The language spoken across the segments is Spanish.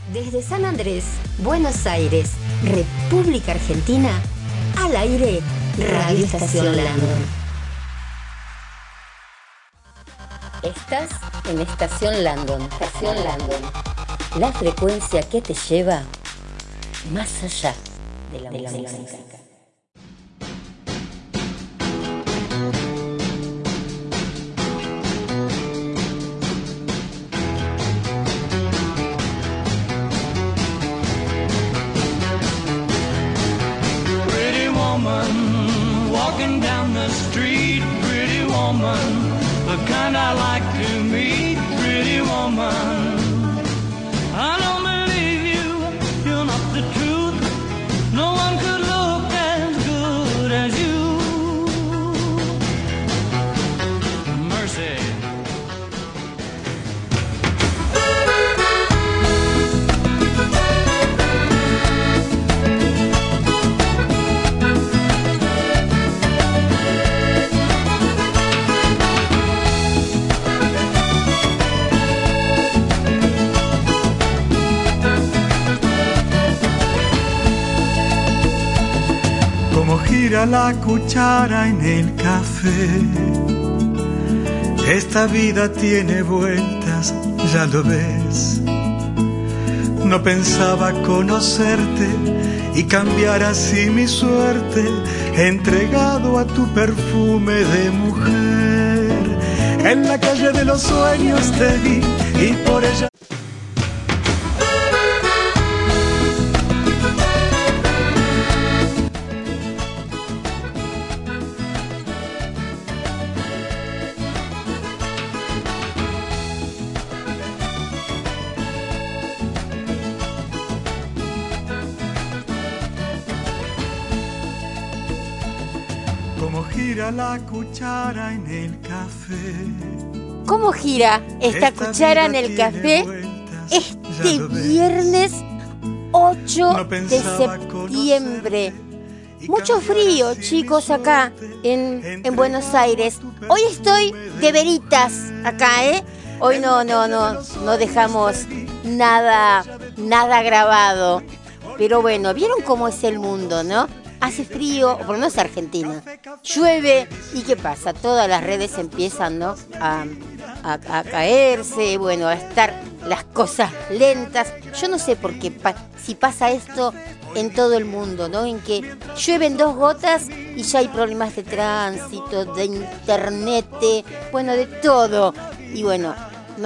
Desde San Andrés, Buenos Aires, República Argentina, al aire, Radio Estación Landon. Estás en Estación Landon. Estación Landon. La frecuencia que te lleva más allá de la música. Walking down the street, pretty woman, the kind I like to meet, pretty woman. I don't believe you, you're not the truth. No one could look as good as you. Mercy. Como gira la cuchara en el café, esta vida tiene vueltas, ya lo ves. No pensaba conocerte y cambiar así mi suerte, entregado a tu perfume de mujer. En la calle de los sueños te vi y por ella gira la cuchara en el café. ¿Cómo gira esta cuchara en el café este viernes 8 de septiembre? Mucho frío, chicos, acá en Buenos Aires. Hoy estoy de veritas acá, ¿eh? Hoy no dejamos nada grabado. Pero bueno, ¿vieron cómo es el mundo, no? Hace frío, por lo menos Argentina, llueve, ¿y qué pasa? Todas las redes empiezan, ¿no? a caerse, bueno, a estar las cosas lentas. Yo no sé por qué, si pasa esto en todo el mundo, ¿no? En que llueven 2 gotas y ya hay problemas de tránsito, de internet, bueno, de todo. Y bueno, no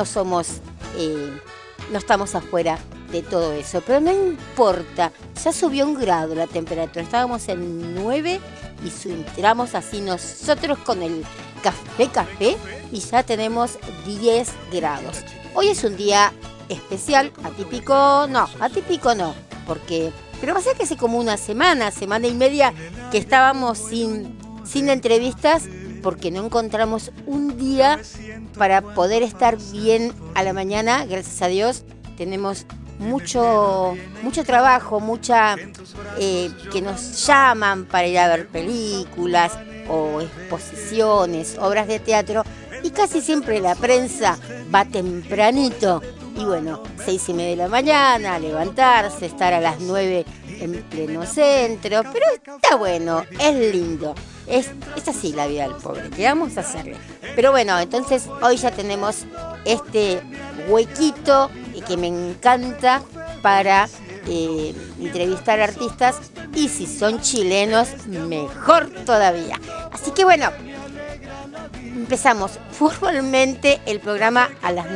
estamos afuera de todo eso, pero no importa, ya subió 1 grado la temperatura, estábamos en 9 y entramos así nosotros con el café y ya tenemos 10 grados. Hoy es un día especial, atípico no, pero va a ser que hace como una semana y media que estábamos sin entrevistas porque no encontramos un día para poder estar bien a la mañana. Gracias a Dios tenemos mucho trabajo, que nos llaman para ir a ver películas o exposiciones, obras de teatro, y casi siempre la prensa va tempranito. Y bueno, 6:30 de la mañana, levantarse, estar a las 9 en pleno centro, pero está bueno, es lindo. Es así la vida del pobre, ¿qué vamos a hacerle? Pero bueno, entonces hoy ya tenemos este huequito que me encanta para entrevistar artistas, y si son chilenos, mejor todavía. Así que bueno, empezamos formalmente el programa a las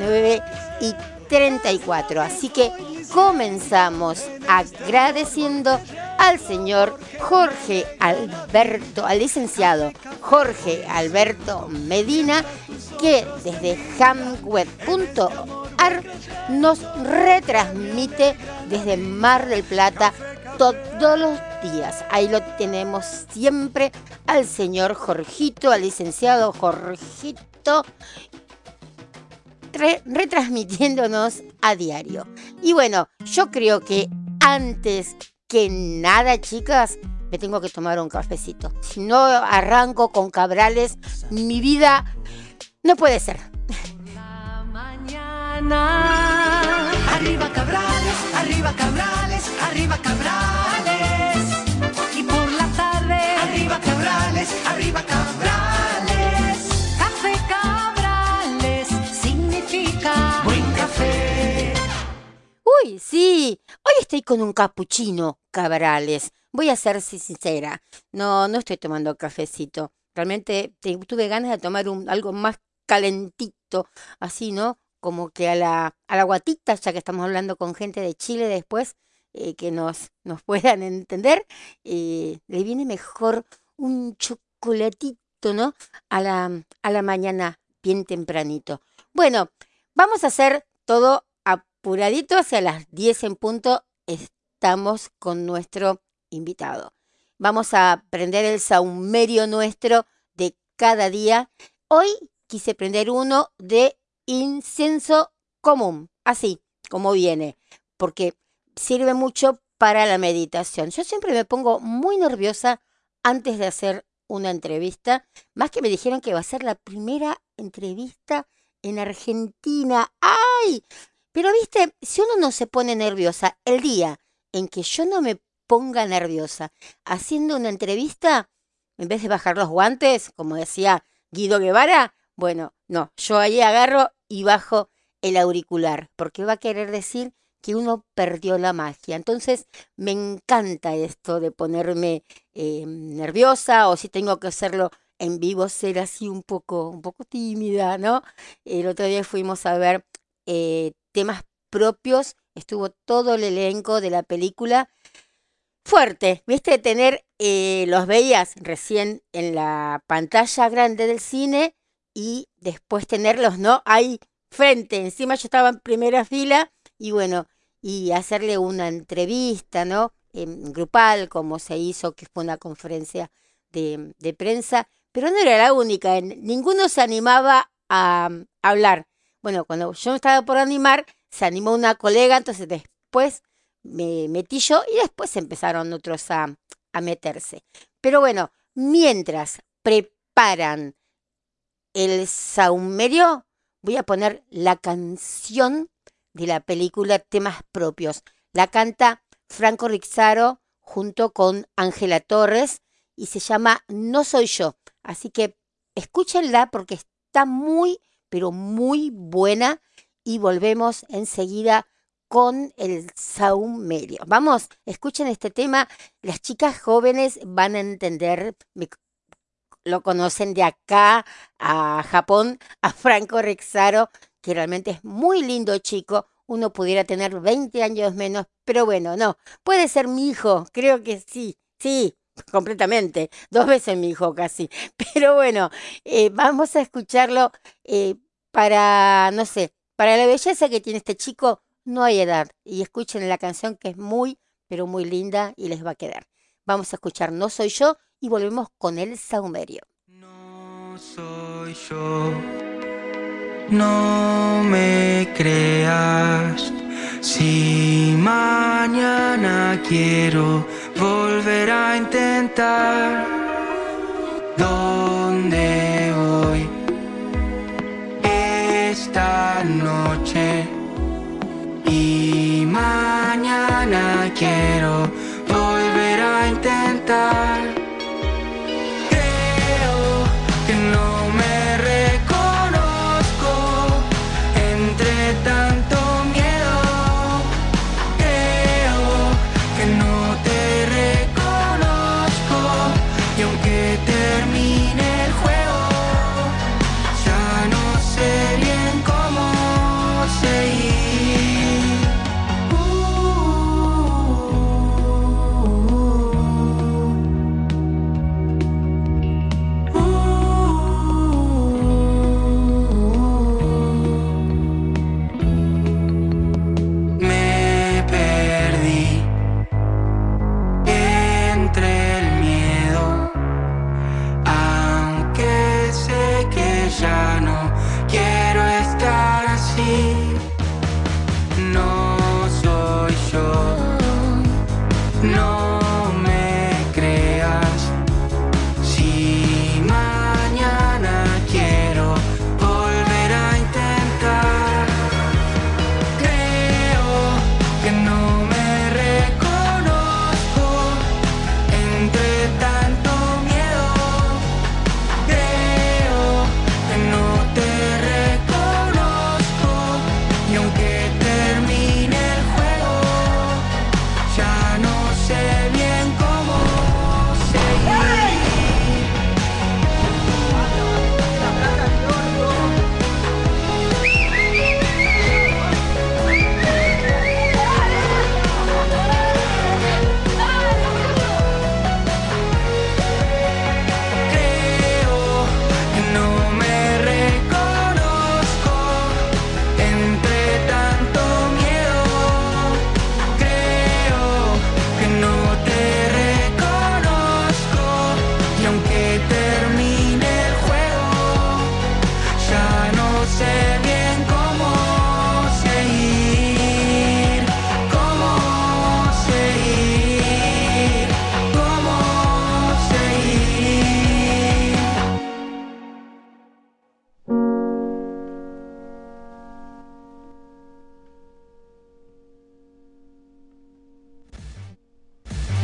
9:34, así que comenzamos agradeciendo al señor al licenciado Jorge Alberto Medina, que desde hamweb.ar nos retransmite desde Mar del Plata todos los días. Ahí lo tenemos siempre al señor Jorgito, al licenciado Jorgito, retransmitiéndonos a diario. Y bueno, yo creo que antes que nada, chicas, me tengo que tomar un cafecito. Si no arranco con Cabrales, mi vida no puede ser. Arriba Cabrales, Ay, sí. Hoy estoy con un capuchino, Cabrales. Voy a ser sincera. No estoy tomando cafecito. Realmente tuve ganas de tomar algo más calentito, así, ¿no? Como que a la guatita, ya que estamos hablando con gente de Chile después, que nos puedan entender, le viene mejor un chocolatito, ¿no? A la mañana, bien tempranito. Bueno, vamos a hacer todo apuradito, hacia las 10 en punto estamos con nuestro invitado. Vamos a prender el saumerio nuestro de cada día. Hoy quise prender uno de incienso común, así como viene, porque sirve mucho para la meditación. Yo siempre me pongo muy nerviosa antes de hacer una entrevista, más que me dijeron que va a ser la primera entrevista en Argentina. ¡Ay! Pero viste, si uno no se pone nerviosa, el día en que yo no me ponga nerviosa haciendo una entrevista, en vez de bajar los guantes, como decía Guido Guevara, bueno, no, yo ahí agarro y bajo el auricular, porque va a querer decir que uno perdió la magia. Entonces, me encanta esto de ponerme nerviosa, o si tengo que hacerlo en vivo, ser así un poco tímida, ¿no? El otro día fuimos a ver temas propios, estuvo todo el elenco de la película. Fuerte, viste, los veías recién en la pantalla grande del cine y después tenerlos, ¿no? Ahí frente, encima yo estaba en primera fila y bueno, y hacerle una entrevista, ¿no? Grupal, como se hizo, que fue una conferencia de prensa, pero no era la única, ninguno se animaba a hablar. Bueno, cuando yo me estaba por animar, se animó una colega, entonces después me metí yo y después empezaron otros a meterse. Pero bueno, mientras preparan el saumerio, voy a poner la canción de la película Temas Propios. La canta Franco Rixaro junto con Ángela Torres y se llama No Soy Yo. Así que escúchenla porque está muy, pero muy buena y volvemos enseguida con el saumerio. Vamos, escuchen este tema. Las chicas jóvenes van a entender, lo conocen de acá a Japón, a Franco Rixaro, que realmente es muy lindo chico. Uno pudiera tener 20 años menos, pero bueno, no. Puede ser mi hijo, creo que sí, completamente. 2 veces mi hijo casi. Pero bueno, vamos a escucharlo no sé, para la belleza que tiene este chico, no hay edad. Y escuchen la canción que es muy, pero muy linda y les va a quedar. Vamos a escuchar No Soy Yo y volvemos con el saumerio. No soy yo, no me creas. Si mañana quiero volver a intentar, ¿dónde voy esta noche? Y mañana quiero volver a intentar. Creo que no me reconozco entre tanto miedo. Creo que no te reconozco y aunque termine el juego, ya no sé bien cómo seguir. Me perdí entre el miedo, aunque sé que ya no quiero estar así. No soy yo, no me creas. Si mañana quiero volver a intentar, creo que no me reconozco entre tanto miedo. Creo que no te reconozco y aunque termine el juego,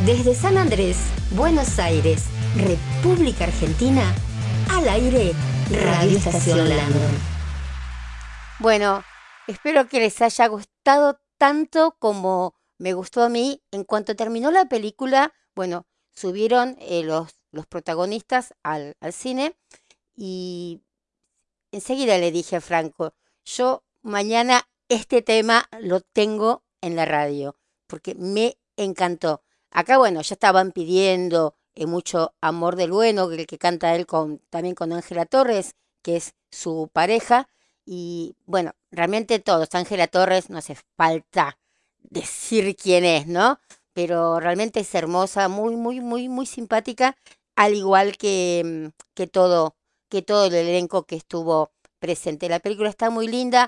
Desde San Andrés, Buenos Aires, República Argentina, al aire, Radio Estación Landon. Bueno, espero que les haya gustado tanto como me gustó a mí. En cuanto terminó la película, bueno, subieron los protagonistas al cine y enseguida le dije a Franco, yo mañana este tema lo tengo en la radio, porque me encantó. Acá, bueno, ya estaban pidiendo mucho Amor del Bueno, el que canta él también con Ángela Torres, que es su pareja. Y bueno, realmente todos, Ángela Torres, no hace falta decir quién es, ¿no? Pero realmente es hermosa, muy, muy, muy, muy simpática, al igual que todo el elenco que estuvo presente. La película está muy linda.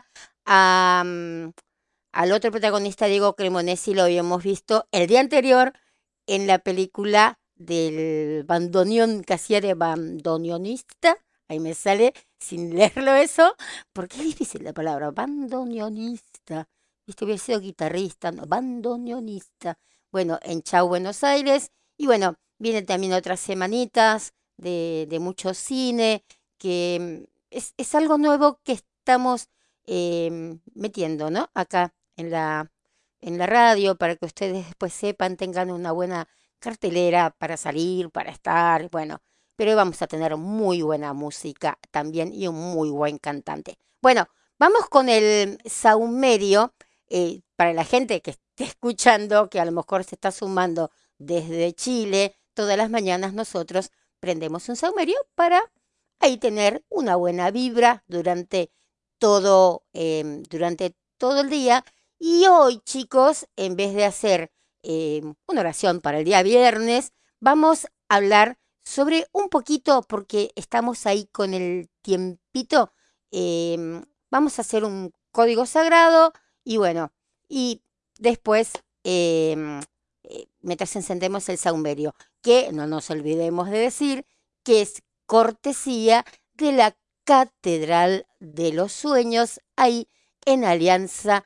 Al otro protagonista, Diego Cremonesi, lo habíamos visto el día anterior en la película del bandoneón, que hacía de bandoneonista. Ahí me sale sin leerlo eso, porque es difícil la palabra, bandoneonista. Viste, hubiera sido guitarrista, no, bandoneonista. Bueno, en Chau Buenos Aires. Y bueno, vienen también otras semanitas de mucho cine, que es algo nuevo que estamos metiendo, ¿no? Acá en la radio, para que ustedes después sepan, tengan una buena cartelera para salir, para estar, bueno. Pero vamos a tener muy buena música también y un muy buen cantante. Bueno, vamos con el saumerio. Para la gente que esté escuchando, que a lo mejor se está sumando desde Chile, todas las mañanas nosotros prendemos un saumerio para ahí tener una buena vibra durante todo el día. Y hoy, chicos, en vez de hacer una oración para el día viernes, vamos a hablar sobre un poquito, porque estamos ahí con el tiempito, vamos a hacer un código sagrado y bueno, y después, mientras encendemos el saumerio, que no nos olvidemos de decir que es cortesía de la Catedral de los Sueños, ahí en Alianza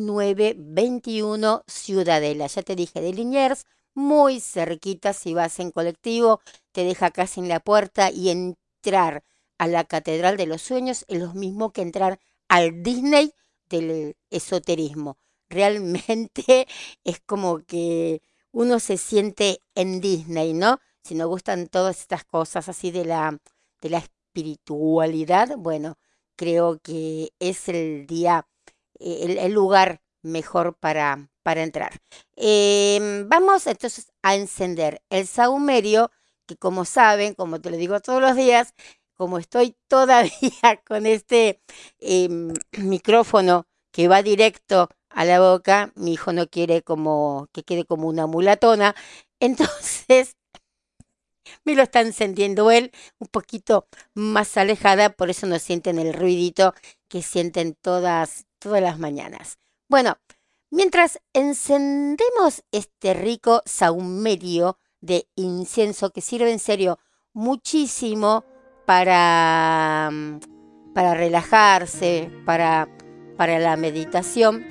921 Ciudadela. Ya te dije, de Liniers, muy cerquita. Si vas en colectivo, te deja casi en la puerta, y entrar a la Catedral de los Sueños es lo mismo que entrar al Disney del esoterismo. Realmente es como que uno se siente en Disney, ¿no? Si nos gustan todas estas cosas así de la espiritualidad, bueno, creo que es el día, el lugar mejor para entrar. Vamos entonces a encender el saumerio, que como saben, como te lo digo todos los días, como estoy todavía con este micrófono que va directo a la boca, mi hijo no quiere como que quede como una mulatona, entonces me lo está encendiendo él un poquito más alejada, por eso no sienten el ruidito que sienten todas las mañanas. Bueno, mientras encendemos este rico saumerio de incienso, que sirve en serio muchísimo para relajarse, para la meditación,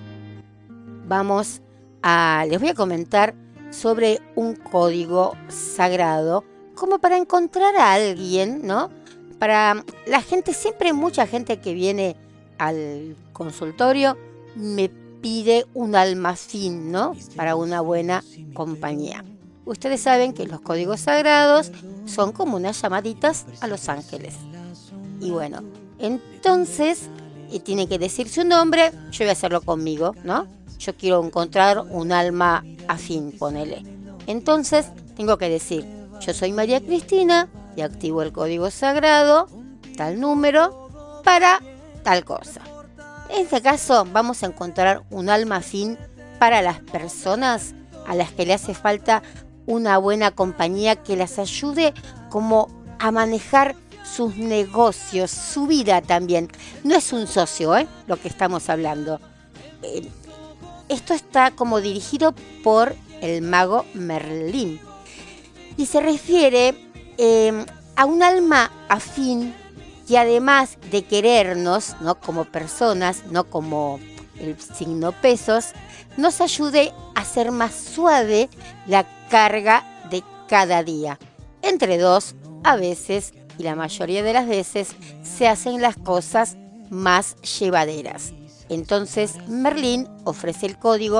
les voy a comentar sobre un código sagrado, como para encontrar a alguien, ¿no? Para la gente, siempre mucha gente que viene al consultorio me pide un alma afín, ¿no? Para una buena compañía. Ustedes saben que los códigos sagrados son como unas llamaditas a los ángeles. Y bueno, entonces tienen que decir su nombre. Yo voy a hacerlo conmigo, ¿no? Yo quiero encontrar un alma afín, ponele. Entonces tengo que decir, yo soy María Cristina y activo el código sagrado, tal número, para tal cosa. En este caso vamos a encontrar un alma afín para las personas a las que le hace falta una buena compañía que las ayude como a manejar sus negocios, su vida también. No es un socio, lo que estamos hablando. Esto está como dirigido por el mago Merlín y se refiere a un alma afín que, además de querernos, ¿no?, como personas, no como el signo pesos, nos ayude a hacer más suave la carga de cada día. Entre 2, a veces, y la mayoría de las veces, se hacen las cosas más llevaderas. Entonces, Merlín ofrece el código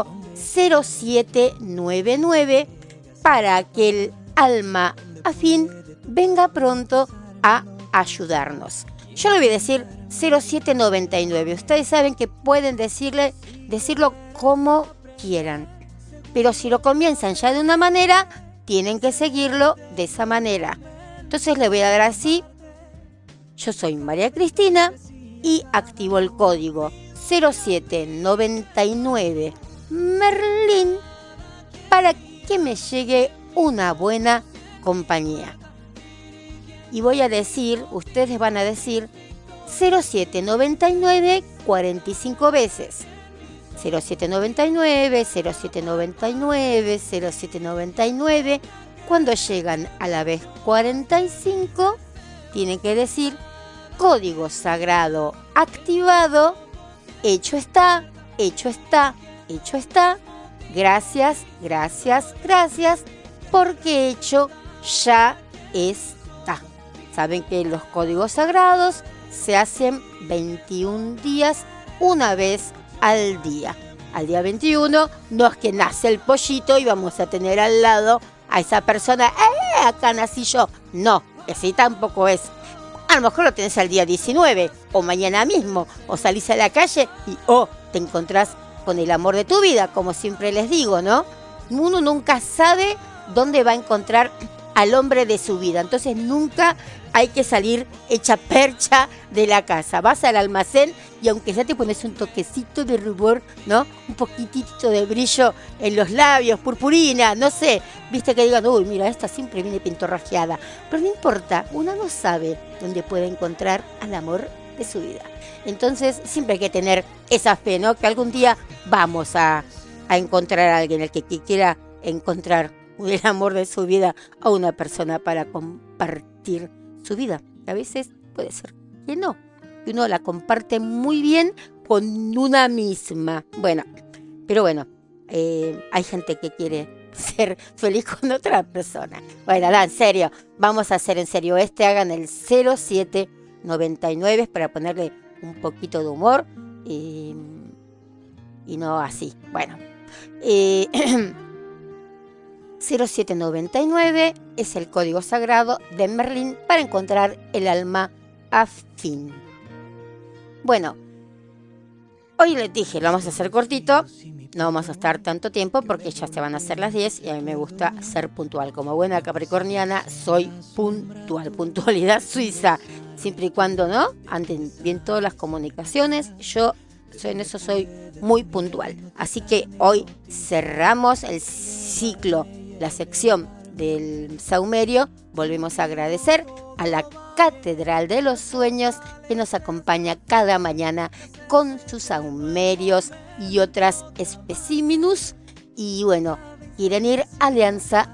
0799 para que el alma afín venga pronto a ayudarnos. Yo le voy a decir 0799. Ustedes saben que pueden decirlo como quieran. Pero si lo comienzan ya de una manera, tienen que seguirlo de esa manera. Entonces le voy a dar así. Yo soy María Cristina y activo el código 0799 Merlín para que me llegue una buena compañía. Y voy a decir, ustedes van a decir 0799 45 veces. 0799, 0799, 0799. Cuando llegan a la vez 45, tienen que decir código sagrado activado. Hecho está, hecho está, hecho está. Gracias, gracias, gracias, porque hecho ya está. Saben que los códigos sagrados se hacen 21 días, una vez al día. Al día 21 no es que nace el pollito y vamos a tener al lado a esa persona, acá nací yo. No, así tampoco es. A lo mejor lo tenés al día 19 o mañana mismo, o salís a la calle y te encontrás con el amor de tu vida, como siempre les digo, ¿no? Uno nunca sabe dónde va a encontrar al hombre de su vida, entonces nunca hay que salir hecha percha de la casa. Vas al almacén y aunque ya te pones un toquecito de rubor, ¿no? Un poquitito de brillo en los labios, purpurina, no sé, viste que digan, uy, mira, esta siempre viene pintorrajeada. Pero no importa, uno no sabe dónde puede encontrar al amor de su vida. Entonces siempre hay que tener esa fe, ¿no? Que algún día vamos a encontrar a alguien, el que quiera encontrar el amor de su vida a una persona para compartir su vida. A veces puede ser que no, que uno la comparte muy bien con una misma. Bueno, pero bueno, hay gente que quiere ser feliz con otra persona. Bueno, en serio, vamos a hacer en serio hagan el 0799 para ponerle un poquito de humor y no así. Bueno, 0799 es el código sagrado de Merlín para encontrar el alma afín. Bueno, hoy les dije, lo vamos a hacer cortito, no vamos a estar tanto tiempo porque ya se van a hacer las 10 y a mí me gusta ser puntual. Como buena capricorniana soy puntual, puntualidad suiza, siempre y cuando no anden bien todas las comunicaciones, yo en eso soy muy puntual. Así que hoy cerramos el ciclo, la sección del saumerio. Volvemos a agradecer a la Catedral de los Sueños que nos acompaña cada mañana con sus saumerios y otras especímenes. Y bueno, quieren ir a Alianza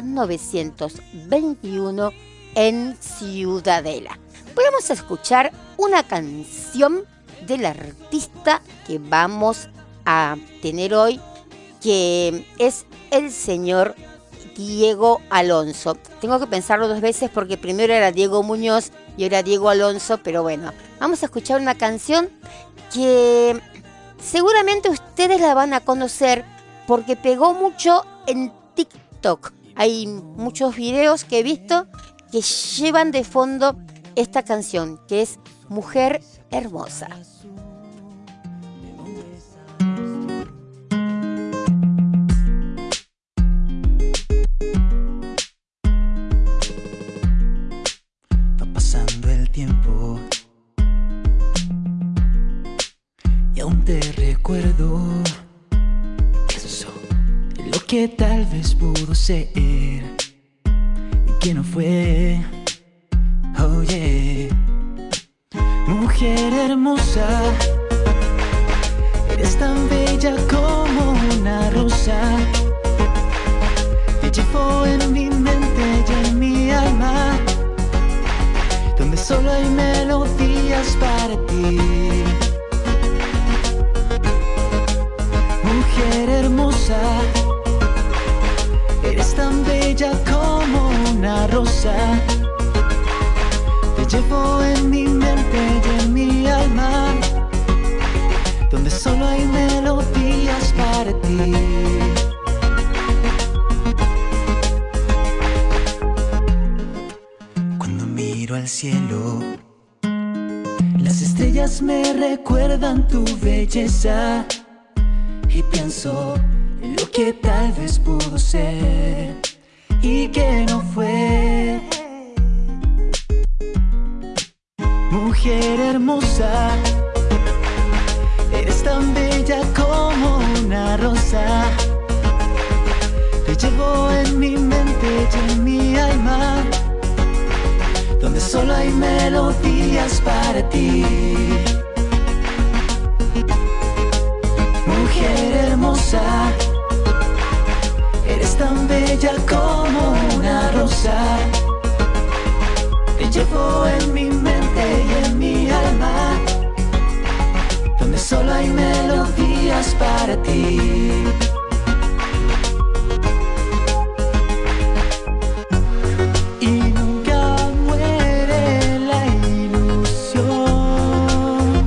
921 en Ciudadela. Podemos escuchar una canción del artista que vamos a tener hoy, que es el señor Diego Alonso. Tengo que pensarlo 2 veces porque primero era Diego Muñoz y ahora Diego Alonso, pero bueno, vamos a escuchar una canción que seguramente ustedes la van a conocer porque pegó mucho en TikTok. Hay muchos videos que he visto que llevan de fondo esta canción, que es Mujer Hermosa. Va pasando el tiempo y aún te recuerdo. Pienso en lo que tal vez pudo ser y que no fue. Oh yeah. Mujer hermosa, eres tan bella como una rosa. Te llevo en mi mente y en mi alma, donde solo hay melodías para ti. Mujer hermosa, bella como una rosa. Te llevo en mi mente y en mi alma, donde solo hay melodías para ti. Cuando miro al cielo, las estrellas me recuerdan tu belleza y pienso en lo que tal vez pudo ser y que no fue. Mujer hermosa, eres tan bella como una rosa. Te llevo en mi mente y en mi alma, donde solo hay melodías para ti. Mujer hermosa, eres tan bella como una rosa. Te llevo en mi mente y en mi alma, donde solo hay melodías para ti. Y nunca muere la ilusión,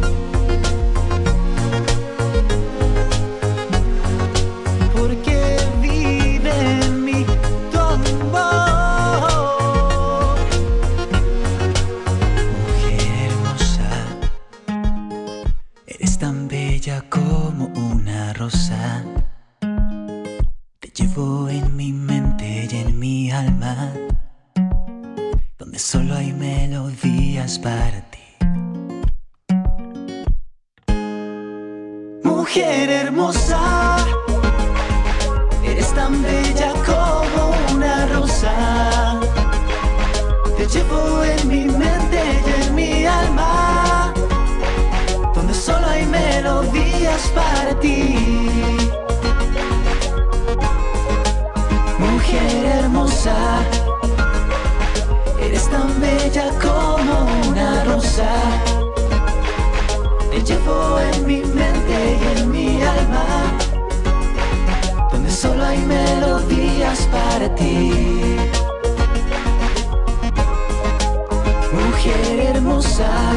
porque vive en mí tu amor. Mujer hermosa, eres tan bella como una rosa. Te llevo en mi mente y en mi alma, donde solo hay melodías para ti. Mujer hermosa, eres tan bella como una rosa. Te llevo en mi mente y en mi alma, donde solo hay melodías para ti. Mujer hermosa, eres tan bella como una rosa. Te llevo en mi mente y en mi alma, donde solo hay melodías para ti. Mujer hermosa,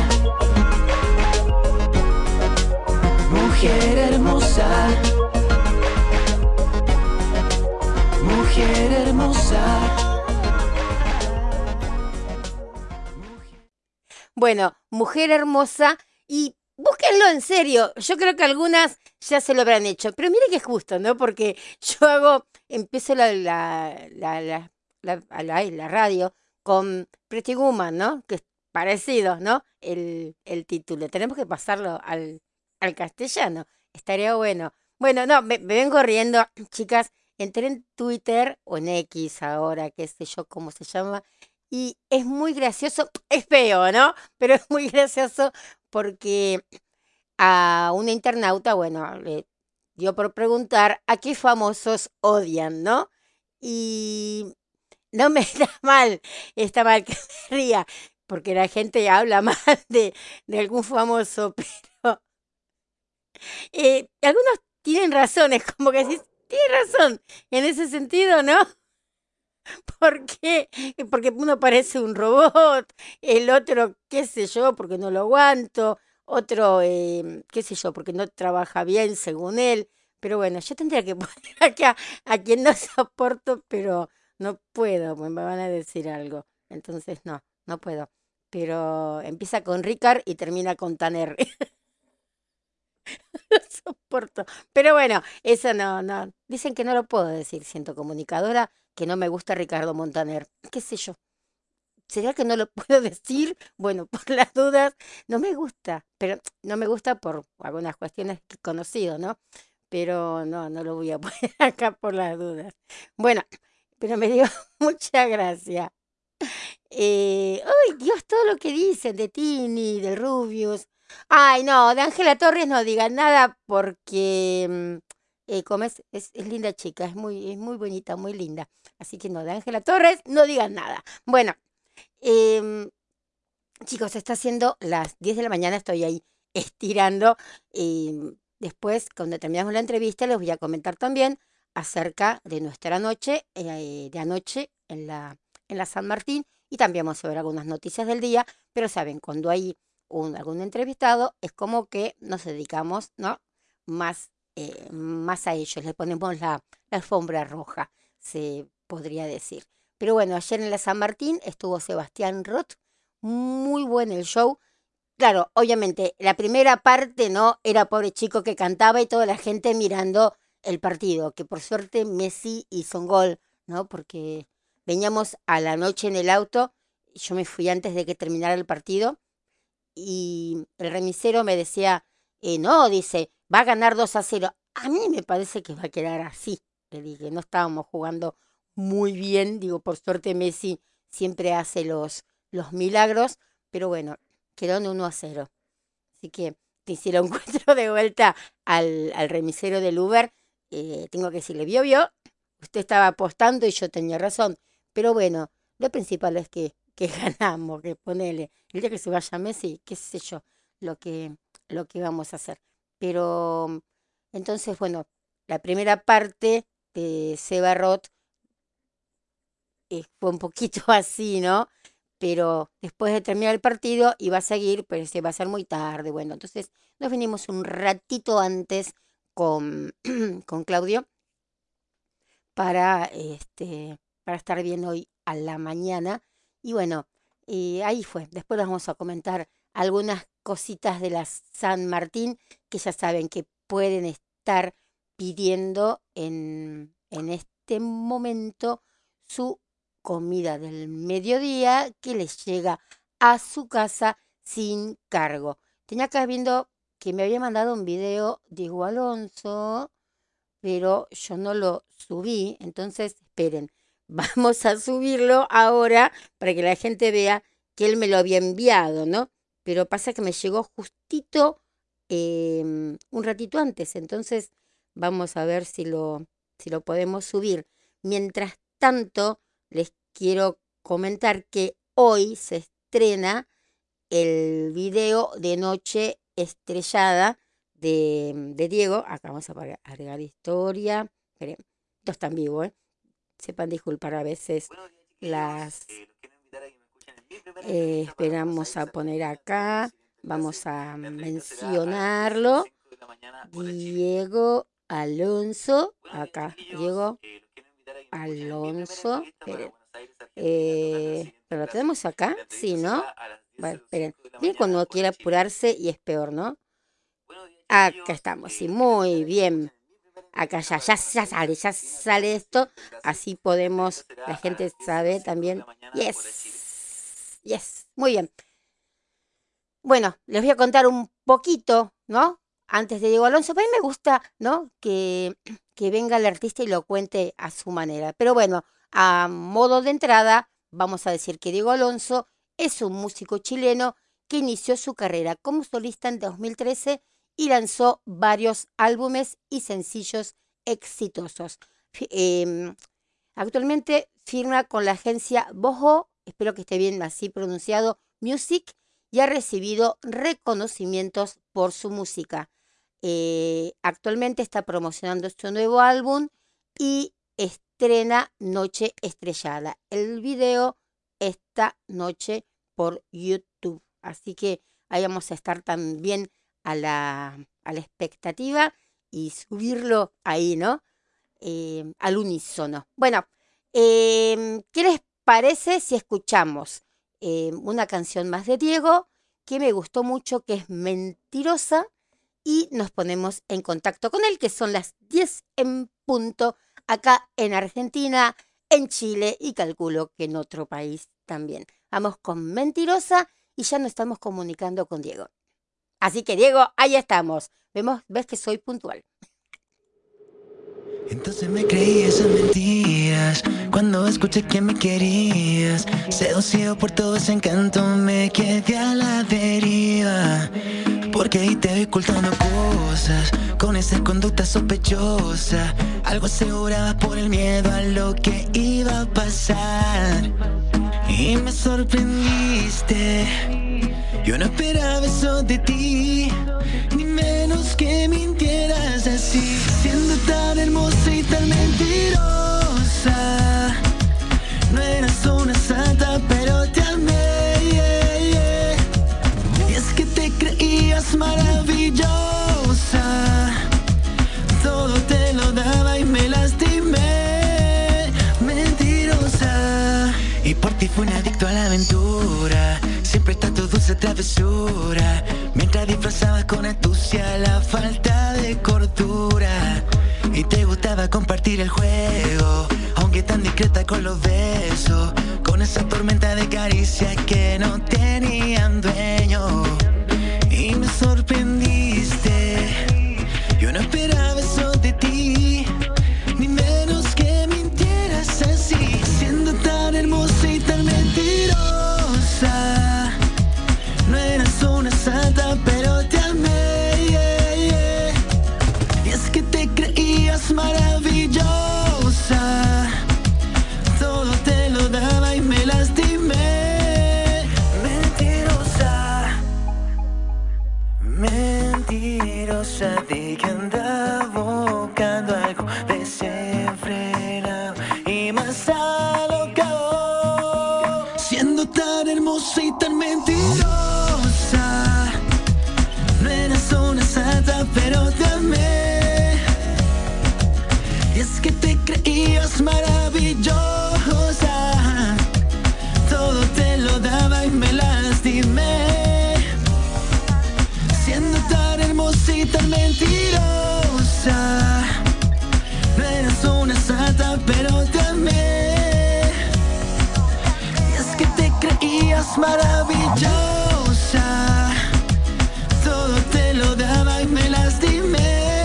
mujer hermosa, mujer hermosa. Bueno, Mujer Hermosa, y búsquenlo en serio. Yo creo que algunas ya se lo habrán hecho, pero mire que es justo, ¿no? Porque yo empiezo la radio con Pretty Woman, ¿no? Que es parecido, ¿no? El título. Tenemos que pasarlo al castellano. Estaría bueno. Bueno, no, me vengo riendo, chicas. Entré en Twitter o en X ahora, qué sé yo cómo se llama, y es muy gracioso, es feo, ¿no? Pero es muy gracioso porque a una internauta, bueno, le dio por preguntar a qué famosos odian, ¿no? Y no me está mal que me ría, porque la gente habla mal de algún famoso, pero algunos tienen razones, como que decís, tiene razón en ese sentido, ¿no? ¿Por qué? Porque uno parece un robot, el otro, qué sé yo, porque no lo aguanto, otro, qué sé yo, porque no trabaja bien según él. Pero bueno, yo tendría que poner acá a quien no soporto, pero no puedo, pues me van a decir algo. Entonces no puedo. Pero empieza con Ricard y termina con Tanner. No soporto. Pero bueno, eso no. Dicen que no lo puedo decir, siento comunicadora, que no me gusta Ricardo Montaner. ¿Qué sé yo? ¿Será que no lo puedo decir? Bueno, por las dudas, no me gusta, pero no me gusta por algunas cuestiones que he conocido, ¿no? Pero no lo voy a poner acá por las dudas. Bueno, pero me dio mucha gracia. Ay, Dios, todo lo que dicen de Tini, de Rubius. Ay, no, de Ángela Torres no digan nada porque como es linda chica, es muy bonita, muy linda. Así que no, de Ángela Torres no digan nada. Bueno, em, chicos, está haciendo las 10 de la mañana, estoy ahí estirando. Después, cuando terminamos la entrevista, les voy a comentar también acerca de nuestra noche, de anoche en la San Martín, y también vamos a ver algunas noticias del día, pero saben, cuando hay algún entrevistado, es como que nos dedicamos, ¿no? más a ellos, le ponemos la alfombra roja, se podría decir. Pero bueno, ayer en la San Martín estuvo Sebastián Roth, muy bueno el show. Claro, obviamente, la primera parte, ¿no? Era pobre chico que cantaba y toda la gente mirando el partido, que por suerte Messi hizo un gol, ¿no? Porque veníamos a la noche en el auto, yo me fui antes de que terminara el partido, y el remisero me decía, no, dice, va a ganar 2-0. A mí me parece que va a quedar así. Le dije, no estábamos jugando muy bien, digo, por suerte Messi siempre hace los milagros, pero bueno, quedó en 1-0. Así que si lo encuentro de vuelta al remisero del Uber, tengo que decirle, vio, usted estaba apostando y yo tenía razón. Pero bueno, lo principal es que ganamos, que ponele, el día que se vaya Messi, qué sé yo, lo que vamos a hacer. Pero entonces, bueno, la primera parte de Seba Roth fue un poquito así, ¿no? Pero después de terminar el partido iba a seguir, pero se va a ser muy tarde. Bueno, entonces nos vinimos un ratito antes con Claudio para estar bien hoy a la mañana. Y bueno, ahí fue. Después les vamos a comentar algunas cositas de la San Martín que ya saben que pueden estar pidiendo en este momento su comida del mediodía que les llega a su casa sin cargo. Tenía acá viendo que me había mandado un video Diego Alonso, pero yo no lo subí, entonces esperen, vamos a subirlo ahora para que la gente vea que él me lo había enviado, ¿no? Pero pasa que me llegó justito un ratito antes, entonces vamos a ver si lo podemos subir. Mientras tanto, les quiero comentar que hoy se estrena el video de Noche Estrellada de Diego. Acá vamos a agregar historia. Esperen, esto está en vivo, sepan disculpar a veces las... esperamos a poner acá, vamos a mencionarlo. Diego Alonso, acá, Diego Alonso, esperen. ¿Pero lo tenemos acá? Sí, ¿no? Bueno, esperen. Bien, cuando quiere apurarse y es peor, ¿no? Acá estamos, sí, muy bien. Acá ya sale esto. Así podemos, la gente sabe también. Yes, muy bien. Bueno, les voy a contar un poquito, ¿no? Antes de Diego Alonso, pero a mí me gusta, ¿no? Que venga el artista y lo cuente a su manera. Pero bueno, a modo de entrada, vamos a decir que Diego Alonso es un músico chileno que inició su carrera como solista en 2013 y lanzó varios álbumes y sencillos exitosos. Actualmente firma con la agencia Boho, espero que esté bien así pronunciado, Music, y ha recibido reconocimientos por su música. Actualmente está promocionando su nuevo álbum y estrena Noche Estrellada. El video esta noche por YouTube. Así que ahí vamos a estar también a la expectativa y subirlo ahí, ¿no? Al unísono. Bueno, ¿qué les parece si escuchamos una canción más de Diego que me gustó mucho, que es Mentirosa, y nos ponemos en contacto con él, que son las 10 en punto acá en Argentina, en Chile y calculo que en otro país también. Vamos con Mentirosa y ya nos estamos comunicando con Diego. Así que Diego, ahí estamos. ¿Ves que soy puntual? Entonces me creí esas mentiras cuando escuché que me querías. Seducido por todo ese encanto me quedé a la deriva. Porque ahí te vi ocultando cosas con esa conducta sospechosa. Algo aseguraba por el miedo a lo que iba a pasar. Y me sorprendiste. Yo no esperaba eso de ti, ni menos que mintieras así, siendo tan hermosa y tan mentirosa. fue un adicto a la aventura. Siempre está tu dulce travesura. Mientras disfrazabas con astucia la falta de cordura. Y te gustaba compartir el juego, aunque tan discreta con los besos. Con esa tormenta de caricias que no tenían dueño. Y me sorprendiste. Yo no esperaba eso de ti, ni menos que mintieras así, siendo tan hermosa y tan mentirosa. No eras una santa, pero te amé, yeah, yeah. Y es que te creías maravillosa. Todo te lo daba y me lastimé. Mentirosa, mentirosa, de que andaba buscando algo desenfrenado y más alocado. Siendo tan hermosa y tan mentirosa. No eras una santa, pero te amé. Y es que te creías maravillosa. Todo te lo daba y me lastimé. Siendo tan hermosa y tan mentirosa. No eras una santa, pero te amé. Y es que te creías maravillosa. Todo te lo daba y me lastimé.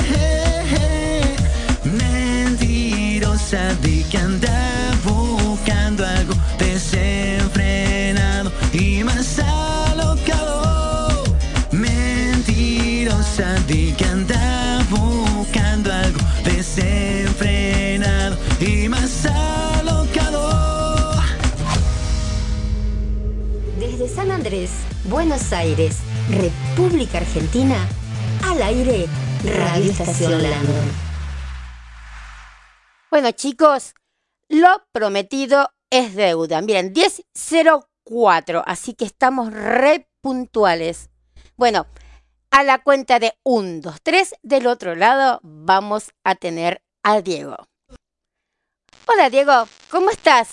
Mentirosa, de que andaba buscando algo desenfrenado y más alocado. Mentirosa, de que andaba buscando algo desenfrenado y más alocado. Desde San Andrés, Buenos Aires, República Argentina, al aire, Radio Estación Landon. Bueno, chicos, lo prometido es deuda. Miren, 10:04, así que estamos re puntuales. Bueno, a la cuenta de 1, 2, 3, del otro lado vamos a tener a Diego. Hola, Diego, ¿cómo estás?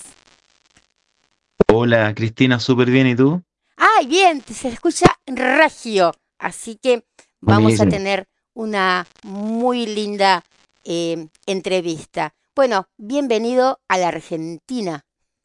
Hola Cristina, súper bien, ¿y tú? Ay, bien, se escucha regio, así que vamos a Buenísimo. tener una muy linda entrevista. Bueno, bienvenido a la Argentina.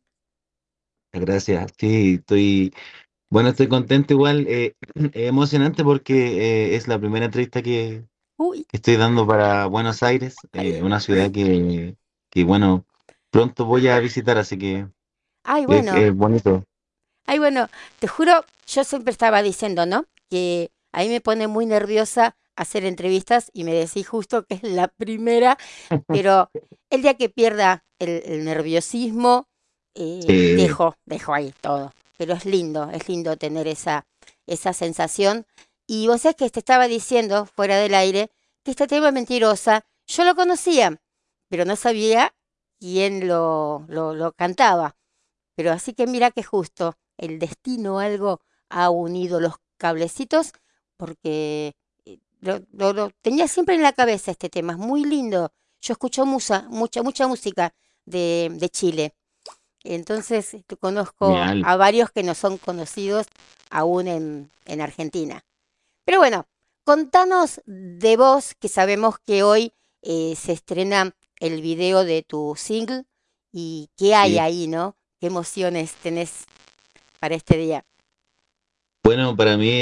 Gracias. Sí, estoy contento igual, emocionante porque es la primera entrevista Uy, que estoy dando para Buenos Aires, ay, una ciudad bueno, pronto voy a visitar, así que ay, bueno. es bonito. Ay, bueno, te juro, yo siempre estaba diciendo, ¿no? Que a mí me pone muy nerviosa hacer entrevistas y me decís justo que es la primera, pero el día que pierda el nerviosismo, Sí, dejo ahí todo. Pero es lindo tener esa sensación. Y vos sabés que te estaba diciendo, fuera del aire, que este tema mentirosa, yo lo conocía, pero no sabía quién lo cantaba. Pero así que mira que justo el destino algo ha unido los cablecitos porque lo tenía siempre en la cabeza este tema, es muy lindo. Yo escucho mucha música de Chile. Entonces conozco genial. a varios que no son conocidos aún en Argentina. Pero bueno, contanos de vos, que sabemos que hoy se estrena el video de tu single y qué hay Sí. ahí, ¿no? ¿Qué emociones tenés para este día? Bueno, para mí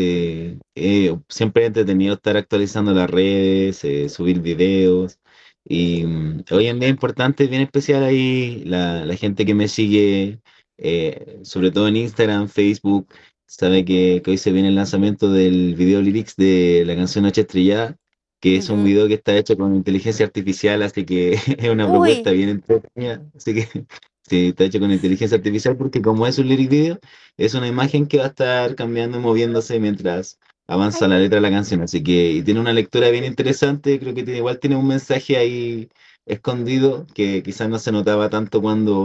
siempre entretenido estar actualizando las redes, subir videos y hoy en día es importante, bien especial ahí la gente que me sigue, sobre todo en Instagram, Facebook, sabe que hoy se viene el lanzamiento del video lyrics de la canción Noche Estrellada, que es un Ujú. video que está hecho con inteligencia artificial, así que es una propuesta Uy, bien entretenida, así que sí, está hecho con inteligencia artificial porque como es un lyric video, es una imagen que va a estar cambiando y moviéndose mientras avanza ay, la letra de la canción, así que y tiene una lectura bien interesante, creo que igual tiene un mensaje ahí escondido que quizás no se notaba tanto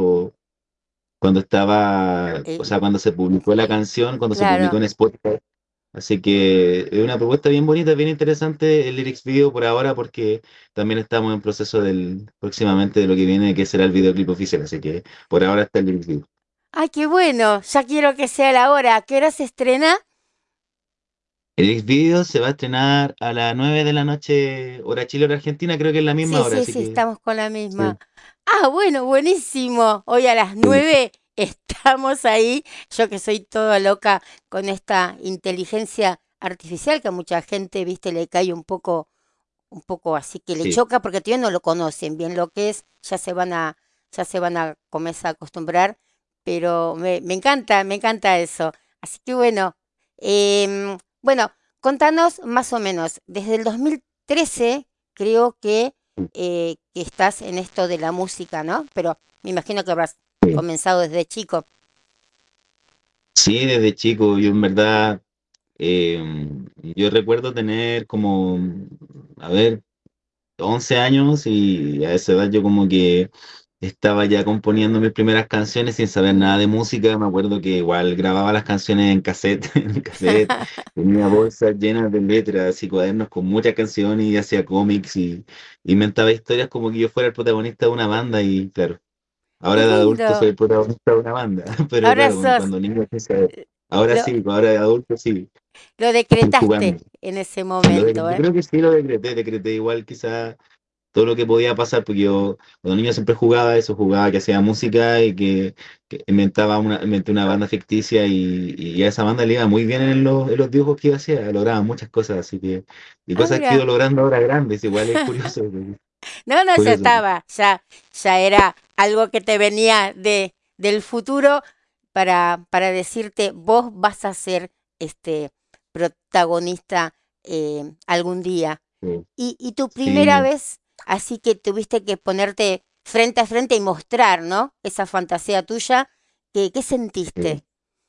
cuando estaba, o eh, sea, cuando se publicó la canción, cuando se publicó claro. en Spotify. Así que es una propuesta bien bonita, bien interesante el lyrics video por ahora porque también estamos en proceso próximamente de lo que viene, que será el videoclip oficial, así que por ahora está el lyrics video. Ay, qué bueno, ya quiero que sea la hora. ¿A qué hora se estrena? El video se va a estrenar a las 9 de la noche, hora Chile, hora Argentina, creo que es la misma Sí, hora, sí, así sí, que estamos con la misma. sí. Ah, bueno, buenísimo. Hoy a las Sí, 9 estamos ahí. Yo que soy toda loca con esta inteligencia artificial que a mucha gente, viste, le cae un poco así que le sí. choca porque todavía no lo conocen bien lo que es, ya se van a comenzar a acostumbrar, pero me encanta eso. Así que bueno, bueno, contanos más o menos, desde el 2013 creo que estás en esto de la música, ¿no? Pero me imagino que habrás Sí. comenzado desde chico. Sí, desde chico, yo en verdad, yo recuerdo tener como, a ver, 11 años y a esa edad yo como que estaba ya componiendo mis primeras canciones sin saber nada de música. Me acuerdo que igual grababa las canciones en cassette, en cassette, tenía bolsas llenas de letras y cuadernos con muchas canciones y hacía cómics y inventaba historias como que yo fuera el protagonista de una banda y claro, Qué ahora de adulto soy lindo. el protagonista de una banda, pero Ahora claro, sos, cuando niño sí sabía. Ahora lo, sí, ahora de adulto sí, lo jugando. decretaste en ese momento, Yo ¿eh? creo que sí lo decreté igual quizá todo lo que podía pasar, porque yo cuando niño siempre jugaba eso, jugaba que hacía música y que inventé una banda ficticia y a esa banda le iba muy bien en los dibujos que yo hacía, lograba muchas cosas, así que, y Ah, cosas que he ido mira. logrando ahora grandes, igual es curioso, No, no, ya curioso. estaba, ya era algo que te venía del futuro para decirte, vos vas a ser este protagonista algún día. Sí, Y tu primera sí, vez, así que tuviste que ponerte frente a frente y mostrar, ¿no? Esa fantasía tuya, ¿qué sí. sentiste?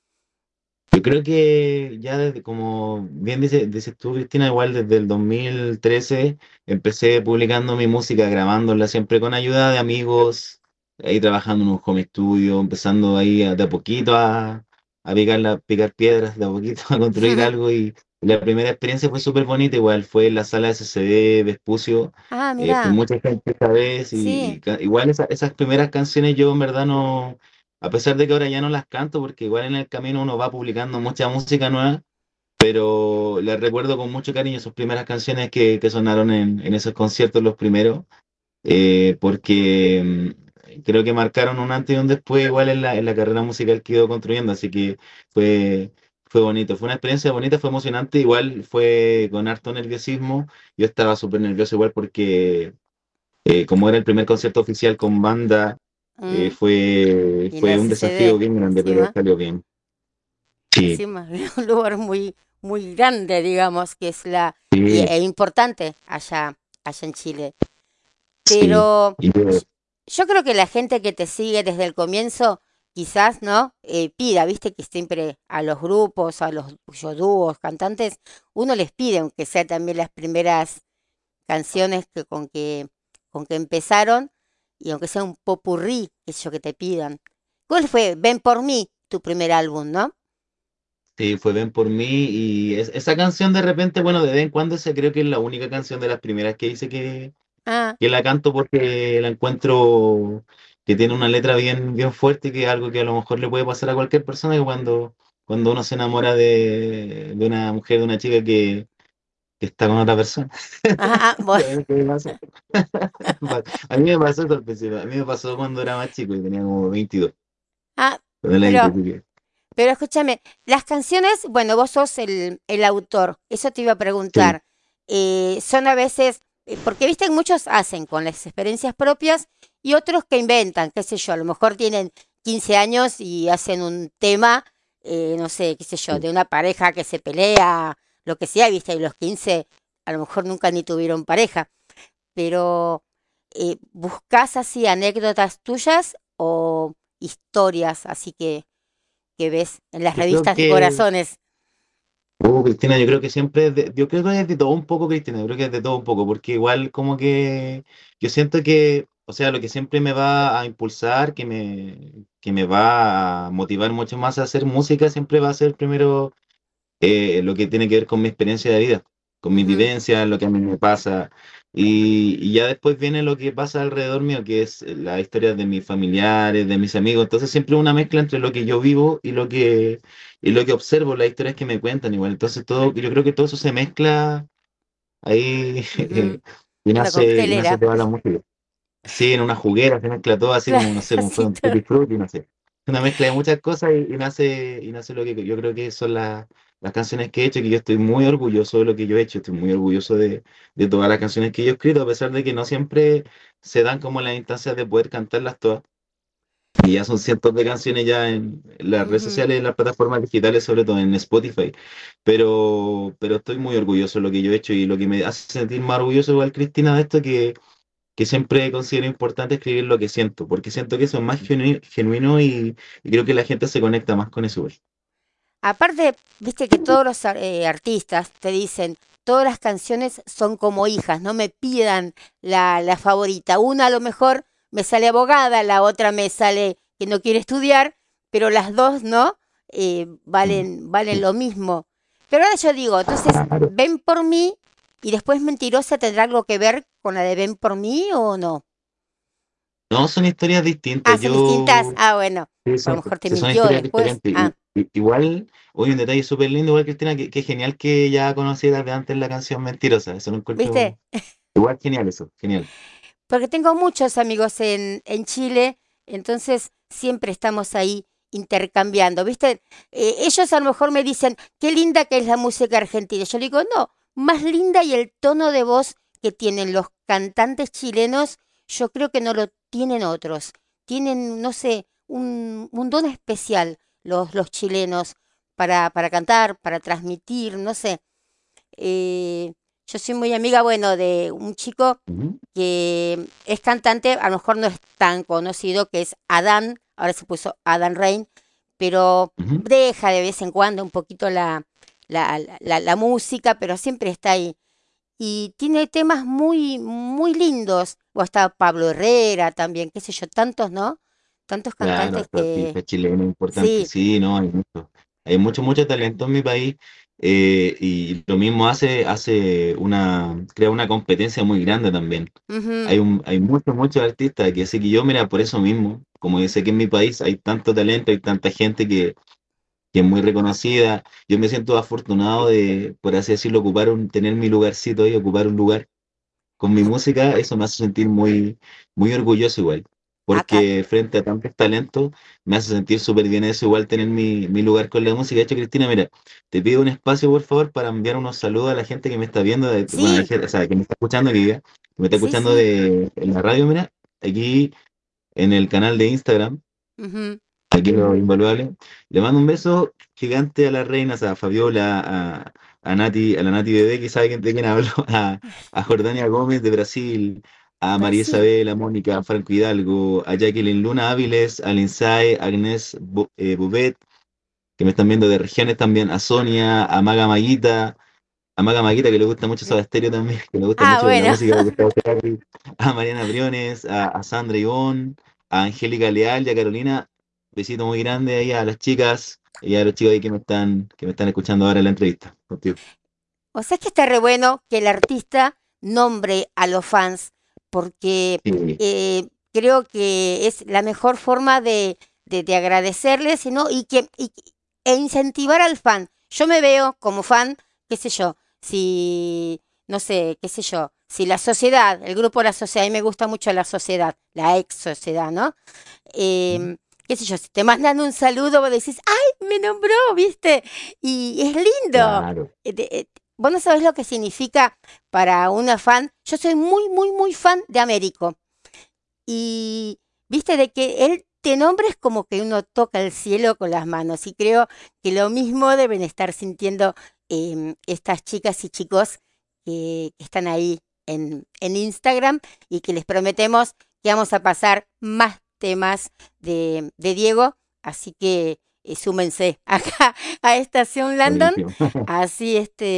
Yo creo que ya desde, como bien dices tú, Cristina, igual desde el 2013 empecé publicando mi música, grabándola siempre con ayuda de amigos, ahí trabajando en un home studio, empezando ahí de a poquito a picar piedras, de a poquito a construir algo y la primera experiencia fue súper bonita, igual fue en la sala de CCD Vespucio, Ah, con mira, mucha gente esta vez sí. igual esas primeras canciones yo en verdad no. A pesar de que ahora ya no las canto, porque igual en el camino uno va publicando mucha música nueva, pero las recuerdo con mucho cariño sus primeras canciones que sonaron en esos conciertos, los primeros, porque creo que marcaron un antes y un después igual en la carrera musical que he ido construyendo, así que fue, fue bonito, fue una experiencia bonita, fue emocionante, igual fue con harto nerviosismo, yo estaba súper nervioso igual porque como era el primer concierto oficial con banda, Mm, y en la fue un desafío CCD, bien grande, pero encima. salió bien. Sí, Encima de un lugar muy grande, digamos, que es sí, e importante allá en Chile. sí. Pero Y yo- yo, yo creo que la gente que te sigue desde el comienzo, quizás, ¿no? Pida, viste que siempre a los grupos, a los dúos, cantantes, uno les pide, aunque sea también las primeras canciones con que empezaron, y aunque sea un popurrí, eso que te pidan. ¿Cuál fue? Ven por mí, tu primer álbum, ¿no? sí, fue Ven por mí y esa canción de repente, bueno, de vez en cuando esa creo que es la única canción de las primeras que hice Ah, que la canto porque la encuentro que tiene una letra bien fuerte y que es algo que a lo mejor le puede pasar a cualquier persona que cuando uno se enamora de una mujer, de una chica que está con otra persona. bueno. ¿Qué me pasó? A mí me pasó eso al principio. A mí me pasó cuando era más chico y tenía como 22. Ah, Cuando la hice, pero, así que, pero escúchame, las canciones, bueno, vos sos el autor, eso te iba a sí, preguntar. Son a veces, porque viste que muchos hacen con las experiencias propias y otros que inventan, qué sé yo, a lo mejor tienen 15 años y hacen un tema, no sé, qué sé yo, sí. de una pareja que se pelea, lo que sea, viste, y los 15 a lo mejor nunca ni tuvieron pareja, pero ¿buscás así anécdotas tuyas o historias así que ves en las Yo creo revistas de que, corazones? Cristina, yo creo que siempre, yo creo que es de todo un poco, Cristina, yo creo que es de todo un poco, porque igual como que yo siento que, o sea, lo que siempre me va a impulsar, que me va a motivar mucho más a hacer música, siempre va a ser primero lo que tiene que ver con mi experiencia de vida. con mis vivencias, lo que a mí me pasa. Y ya después viene lo que pasa alrededor mío, que es la historia de mis familiares, de mis amigos. Entonces siempre una mezcla entre lo que yo vivo y lo que observo, las historias que me cuentan igual. Entonces todo, yo creo que todo eso se mezcla ahí Ujú. Una y nace coctelera. toda la música. Sí, en una juguera se mezcla todo así Claro, como, no sé, como fuera así un todo. tutti frutti, no sé. Una mezcla de muchas cosas y nace lo que yo creo que son las canciones que he hecho, que yo estoy muy orgulloso de lo que yo he hecho, estoy muy orgulloso de todas las canciones que yo he escrito, a pesar de que no siempre se dan como las instancias de poder cantarlas todas. Y ya son cientos de canciones ya en las redes Ujú. sociales, en las plataformas digitales, sobre todo en Spotify. Pero estoy muy orgulloso de lo que yo he hecho y lo que me hace sentir más orgulloso igual, Cristina, de esto que siempre considero importante escribir lo que siento, porque siento que eso es más genuino y creo que la gente se conecta más con eso. Güey. Aparte, viste que todos los artistas te dicen, todas las canciones son como hijas, no me pidan la favorita. Una a lo mejor me sale abogada, la otra me sale que no quiere estudiar, pero las dos, ¿no? Mm. Valen lo mismo. Pero ahora yo digo, entonces, Claro. ¿ven por mí? Y después Mentirosa tendrá algo que ver con la de Ven por mí o no. No, son historias distintas. Ah, son distintas. Yo, Ah, bueno, sí, a lo mejor te sí, son mintió historias después. diferentes. Ah, Igual, hoy un detalle súper lindo, igual Cristina, que genial que ya conocieras de antes la canción Mentirosa. Eso lo ¿viste? encuentro igual genial eso, genial. Porque tengo muchos amigos en Chile, entonces siempre estamos ahí intercambiando, ¿viste? Ellos a lo mejor me dicen, qué linda que es la música argentina. Yo le digo, no, más linda y el tono de voz que tienen los cantantes chilenos, yo creo que no lo tienen otros. Tienen, no sé, un don especial los chilenos para cantar, para transmitir, no sé. Yo soy muy amiga, bueno, de un chico Ujú, que es cantante, a lo mejor no es tan conocido, que es Adán, ahora se puso Adán Rain, pero ujú. deja de vez en cuando un poquito la música, pero siempre está ahí. Y tiene temas muy, muy lindos. O está Pablo Herrera también, qué sé yo, tantos, ¿no? Tantos Claro, cantantes harto que... artista chileno importante, Sí. sí, no, hay mucho, mucho talento en mi país y lo mismo crea una competencia muy grande también. Ujú. Hay muchos, muchos artistas que sé que yo, mira, por eso mismo, como yo sé que en mi país hay tanto talento, hay tanta gente que es muy reconocida, yo me siento afortunado de, por así decirlo, tener mi lugarcito ahí, ocupar un lugar con mi música, eso me hace sentir muy, muy orgulloso igual, Acá, porque frente a tantos talentos me hace sentir súper bien eso, igual tener mi lugar con la música. De hecho, Cristina, mira, te pido un espacio, por favor, para enviar unos saludos a la gente que me está viendo, bueno, sí, o sea, que me está escuchando, que me está sí, escuchando sí. en la radio, mira, aquí en el canal de Instagram. Ujú. Aquí lo invaluable. Le mando un beso gigante a las reinas, a Fabiola, a la Nati Bebé, que sabe de quién hablo, a Jordania Gómez de Brasil, a María Brasil. Isabel, a Mónica, a Franco Hidalgo, a Jacqueline Luna Áviles, a Lindsay, a Agnes Bobet, que me están viendo de regiones también, a Sonia, a Maga Maguita, que le gusta mucho Soda Stereo también, que le gusta Ah, mucho la bueno. música de Gustavo Cerati, a Mariana Briones, a Sandra Ivón, a Angélica Leal y a Carolina. Besito muy grande ahí a las chicas y a los chicos ahí que me están escuchando ahora en la entrevista contigo. O sea, es que está re bueno que el artista nombre a los fans, porque Sí, creo que es la mejor forma de agradecerles, ¿no? E incentivar al fan. Yo me veo como fan, qué sé yo, si, no sé, qué sé yo, si la sociedad, el grupo La Sociedad, a mí me gusta mucho La Sociedad, la ex sociedad, ¿no? Qué sé yo, si te mandan un saludo, vos decís, ¡ay, me nombró! ¿Viste? Y es lindo. claro. Vos no sabés lo que significa para una fan. Yo soy muy, muy, muy fan de Américo. Y viste de que él te nombra es como que uno toca el cielo con las manos. Y creo que lo mismo deben estar sintiendo estas chicas y chicos que están ahí en Instagram y que les prometemos que vamos a pasar más temas de Diego. Así que súmense acá a Estación Landon. Buenísimo. Así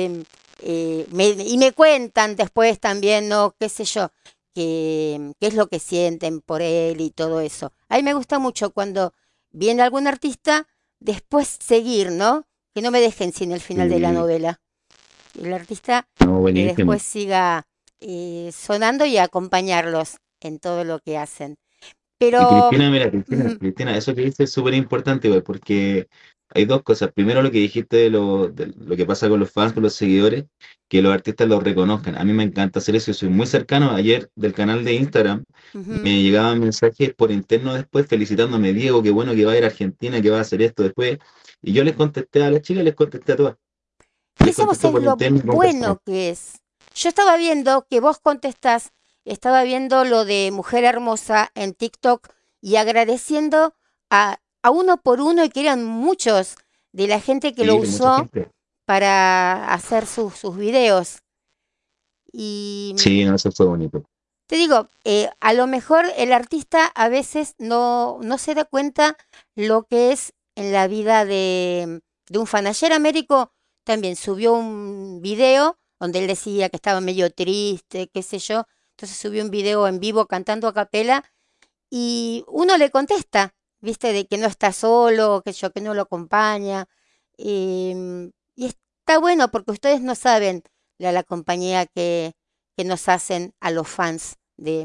y me cuentan después también, ¿no? ¿Qué sé yo? Qué es lo que sienten por él y todo eso. A mí me gusta mucho cuando viene algún artista, después seguir, ¿no? Que no me dejen sin el final de la Sí. novela. el artista No, que buenísimo. después siga sonando y acompañarlos en todo lo que hacen. Y Pero, Cristina, mira, Cristina, ujú, Cristina, eso que dices es súper importante, igual, porque hay dos cosas. Primero, lo que dijiste de lo que pasa con los fans, con los seguidores, que los artistas los reconozcan. A mí me encanta hacer eso, yo soy muy cercano. Ayer del canal de Instagram ujú. me llegaban mensajes por interno después felicitándome, Diego, qué bueno que va a ir a Argentina, que va a hacer esto después. Y yo les contesté a las chicas, les contesté a todas. Y Les eso vos contesto sabés por lo interno y conversamos. bueno que es. Yo estaba viendo que vos contestás, estaba viendo lo de Mujer Hermosa en TikTok y agradeciendo a uno por uno y que eran muchos de la gente que lo Sí, de mucha usó gente. para hacer sus videos. Y Sí, no, eso fue bonito. te digo, a lo mejor el artista a veces no se da cuenta lo que es en la vida de un fan. Ayer Américo también subió un video donde él decía que estaba medio triste, qué sé yo. Entonces subió un video en vivo cantando a capela y uno le contesta, viste, de que no está solo, que yo que no lo acompaña. Y está bueno porque ustedes no saben la compañía que nos hacen a los fans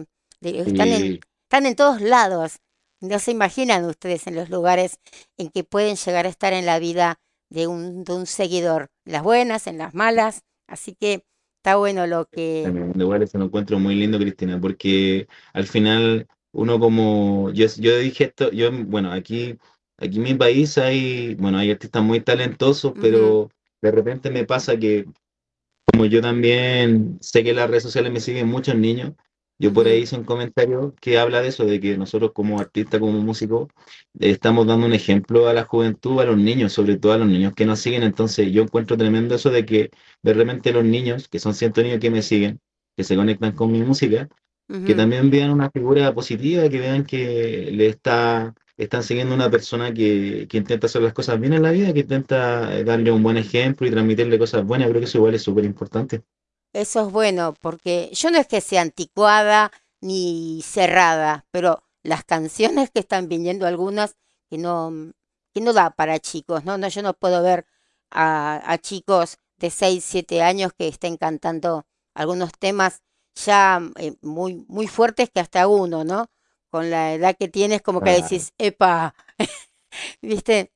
Y están en todos lados. No se imaginan ustedes en los lugares en que pueden llegar a estar en la vida de un seguidor, en las buenas, en las malas. Así que está bueno lo que... también, igual eso lo encuentro muy lindo, Cristina, porque al final uno como, yo dije esto, yo, bueno, aquí en mi país hay, bueno, hay artistas muy talentosos, Ujú, pero de repente me pasa que como yo también sé que en las redes sociales me siguen muchos niños, yo por ahí ujú, hice un comentario que habla de eso, de que nosotros como artistas, como músicos, estamos dando un ejemplo a la juventud, a los niños, sobre todo a los niños que nos siguen. Entonces yo encuentro tremendo eso de que de repente los niños, que son cientos de niños que me siguen, que se conectan con mi música, que ujú. también vean una figura positiva, que vean que están siguiendo una persona que intenta hacer las cosas bien en la vida, que intenta darle un buen ejemplo y transmitirle cosas buenas. Creo que eso igual es súper importante. Eso es bueno, porque yo no es que sea anticuada ni cerrada, pero las canciones que están viniendo algunas que que no da para chicos, ¿no? No, yo no puedo ver a chicos de 6 7 años que estén cantando algunos temas ya muy fuertes que hasta uno, ¿no? Con la edad que tienes, como que Ah, decís, epa, ¿viste?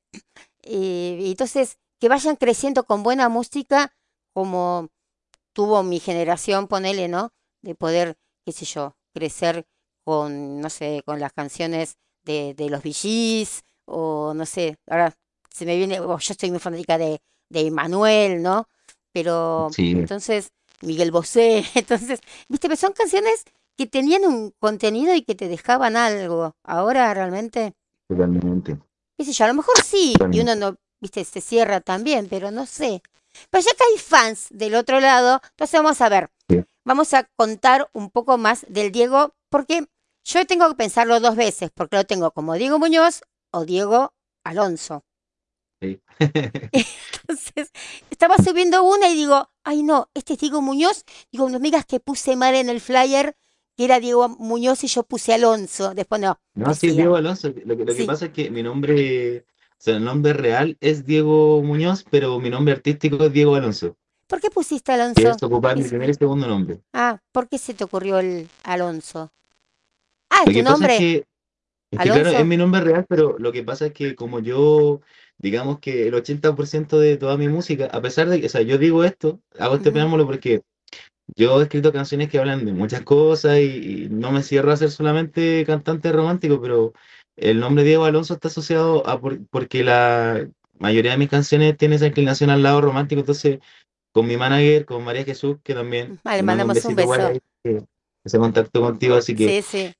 Y entonces, que vayan creciendo con buena música, como tuvo mi generación, ponele, ¿no? De poder, qué sé yo, crecer con, no sé, con las canciones de los Bee Gees, o no sé, ahora se me viene, yo estoy muy fanática de Manuel, ¿no? Pero sí, entonces, Miguel Bosé, entonces, viste, pero son canciones que tenían un contenido y que te dejaban algo. Ahora realmente, totalmente, qué sé yo, a lo mejor sí, y uno totalmente. no, viste, se cierra también, pero no sé. Pero ya que hay fans del otro lado, entonces vamos a ver, Sí, vamos a contar un poco más del Diego, porque yo tengo que pensarlo dos veces, porque lo tengo como Diego Muñoz o Diego Alonso. sí. Entonces, estaba subiendo una y digo, ay no, este es Diego Muñoz. Digo, no me digas que puse mal en el flyer, que era Diego Muñoz y yo puse Alonso. Después no, No, sí, es decía, Diego Alonso. Lo que sí. pasa es que mi nombre, o sea, el nombre real es Diego Muñoz, pero mi nombre artístico es Diego Alonso, ¿Por qué pusiste que Alonso? es ocupar mi Es- primer y segundo nombre. ¿Por qué se te ocurrió el Alonso? Ah, ¿es Lo tu que pasa nombre? es que claro, es Alonso. mi nombre real, pero lo que pasa es que como yo, digamos que el 80% de toda mi música, a pesar de que, o sea, yo digo esto, hago este Ujú. preámbulo porque yo he escrito canciones que hablan de muchas cosas y no me cierro a ser solamente cantante romántico, pero el nombre Diego Alonso está asociado a porque la mayoría de mis canciones tiene esa inclinación al lado romántico, entonces con mi manager, con María Jesús, que también Vale, le mando un mandamos un besito igual beso. ahí, que se contactó contigo, así que Sí, sí.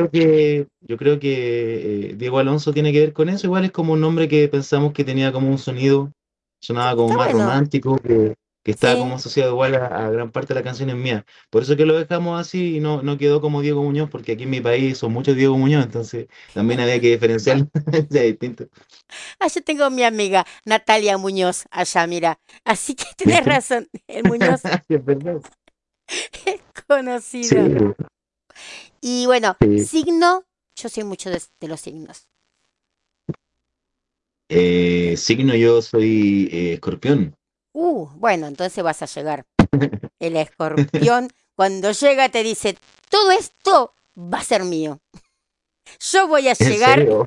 yo creo que Diego Alonso tiene que ver con eso. Igual es como un nombre que pensamos que tenía como un sonido, Sí, sonaba como está más bueno. romántico, que estaba como Sí. asociado igual a gran parte de las canciones mías. Por eso que lo dejamos así y no quedó como Diego Muñoz, porque aquí en mi país son muchos Diego Muñoz, entonces también había que diferenciar de distinto. Ah, yo tengo mi amiga Natalia Muñoz allá, mira. Así que tenés ¿Viste? razón, el Muñoz Sí, es verdad. es Sí, conocido. Y bueno, sí. signo, yo soy mucho de los signos. Signo yo soy escorpión. Bueno, entonces vas a llegar. El escorpión, cuando llega, te dice, todo esto va a ser mío. Yo voy a ¿En llegar serio?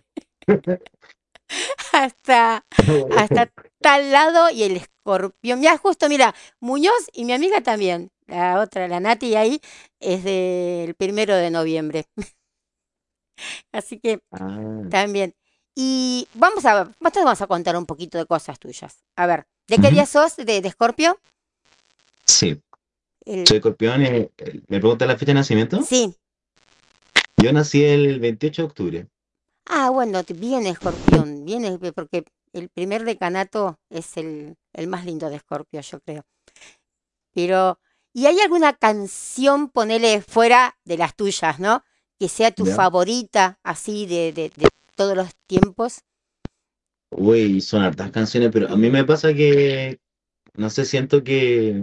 hasta, hasta tal lado y el escorpión. Ya justo, mira, Muñoz y mi amiga también, la otra, la Nati ahí, es del 1 de noviembre. Así que Ah, también. Y vamos a contar un poquito de cosas tuyas. A ver, ¿de qué ujú. día sos de Escorpio? Sí, El, soy escorpión. ¿Me pregunta la fecha de nacimiento? sí. Yo nací el 28 de octubre. Bueno, bien Escorpión, bien, porque el primer decanato es el más lindo de Escorpio, yo creo. Pero, ¿y hay alguna canción, ponele fuera de las tuyas, ¿no? Que sea tu ¿Ya? favorita, así, de todos los tiempos? Uy, son hartas canciones, pero a mí Ujú, me pasa que, no sé, siento que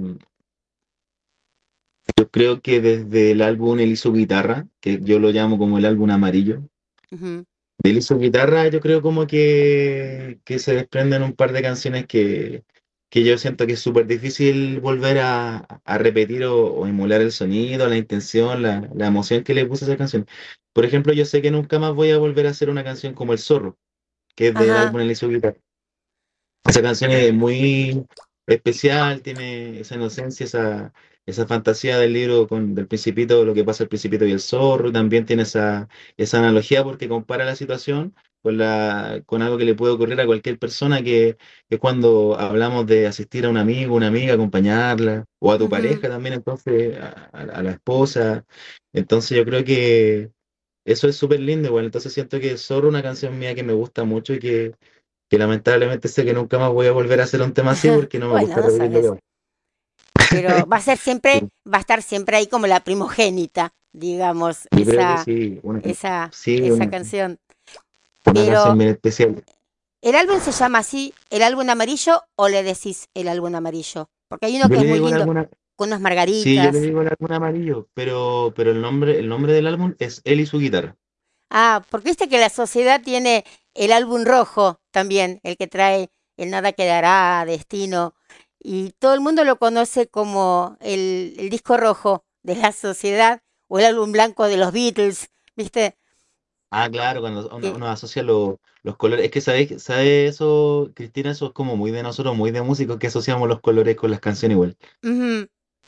yo creo que desde el álbum Él hizo guitarra, que yo lo llamo como el álbum amarillo, ujú, de Él hizo guitarra, yo creo como que se desprenden un par de canciones que yo siento que es súper difícil volver a repetir o emular el sonido, la intención, la emoción que le puse a esa canción. Por ejemplo, yo sé que nunca más voy a volver a hacer una canción como El Zorro, que es del ajá, álbum Él hizo guitarra. Esa canción es muy especial, tiene esa inocencia, esa fantasía del libro del Principito, lo que pasa el Principito y el zorro, y también tiene esa analogía porque compara la situación con algo que le puede ocurrir a cualquier persona, que cuando hablamos de asistir a un amigo, una amiga, acompañarla, o a tu ujú. pareja también, entonces, a la esposa. Entonces yo creo que eso es súper lindo, igual. Entonces siento que Zorro es una canción mía que me gusta mucho y que lamentablemente sé que nunca más voy a volver a hacer un tema así porque no me Bueno, gusta no repetirlo sabes. yo. Pero va a estar siempre ahí como la primogénita, digamos, Yo creo que sí, sí, esa canción. una canción Pero, bien especial. ¿el álbum se llama así, el álbum amarillo, o le decís el álbum amarillo? Porque hay uno Yo que es le muy digo el lindo, álbum, con unas sí, yo le margaritas. digo el álbum amarillo, pero el nombre del álbum es Él y su guitarra. Porque viste que la sociedad tiene el álbum rojo también, el que trae el Nada quedará, Destino, y todo el mundo lo conoce como el disco rojo de la sociedad o el álbum blanco de los Beatles, ¿viste? Ah, claro, cuando uno, Que, uno asocia los colores. Es que sabe eso, Cristina, eso es como muy de nosotros, muy de músicos, que asociamos los colores con las canciones igual. ujú,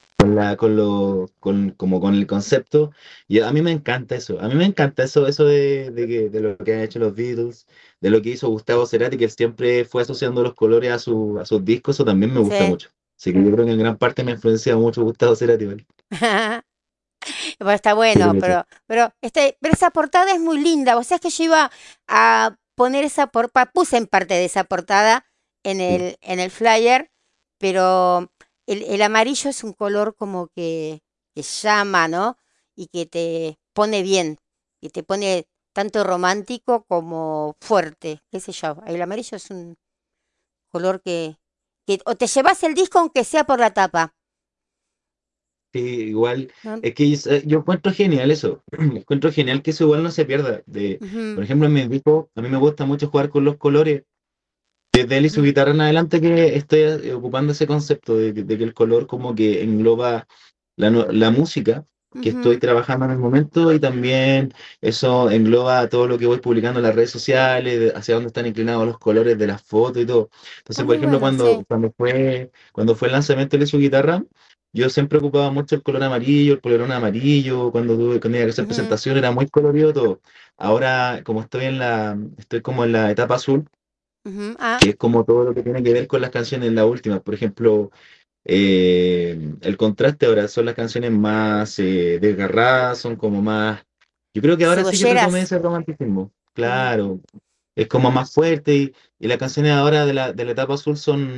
Como con el concepto. Y a mí me encanta eso. A mí me encanta eso de lo que han hecho los Beatles, de lo que hizo Gustavo Cerati, que él siempre fue asociando los colores a sus discos. Eso también me gusta sí. mucho. Así que yo creo que en gran parte me ha influenciado mucho Gustavo Cerati, ¿vale? Bueno, está bueno, Pero eso. pero esa portada es muy linda. O sea, es que yo iba a poner esa portada, puse en parte de esa portada Sí, en el flyer, pero el amarillo es un color como que llama, ¿no? Y que te pone bien, y te pone tanto romántico como fuerte, qué sé yo. El amarillo es un color que o te llevas el disco aunque sea por la tapa, sí, igual. ¿no? Es que yo encuentro genial eso. Encuentro genial que eso igual no se pierda. Por Ujú, ejemplo, en mi disco, a mí me gusta mucho jugar con los colores. Desde él y su ujú, guitarra en adelante que estoy ocupando ese concepto de que el color como que engloba la música que estoy ujú, trabajando en el momento y también eso engloba todo lo que voy publicando en las redes sociales, hacia dónde están inclinados los colores de las fotos y todo. está Entonces, por muy ejemplo, bueno, sí. cuando fue el lanzamiento de su guitarra, yo siempre ocupaba mucho el color amarillo, el polerón amarillo, cuando iba a hacer Ujú, presentación era muy colorido todo. Ahora, como estoy como en la etapa azul, ujú. que es como todo lo que tiene que ver con las canciones en la última. Por ejemplo, el contraste ahora son las canciones más desgarradas, son como más... Yo creo que ahora sí que retomé Cebolleras. ese romanticismo. Ujú, Claro, es como más fuerte y las canciones ahora de la etapa azul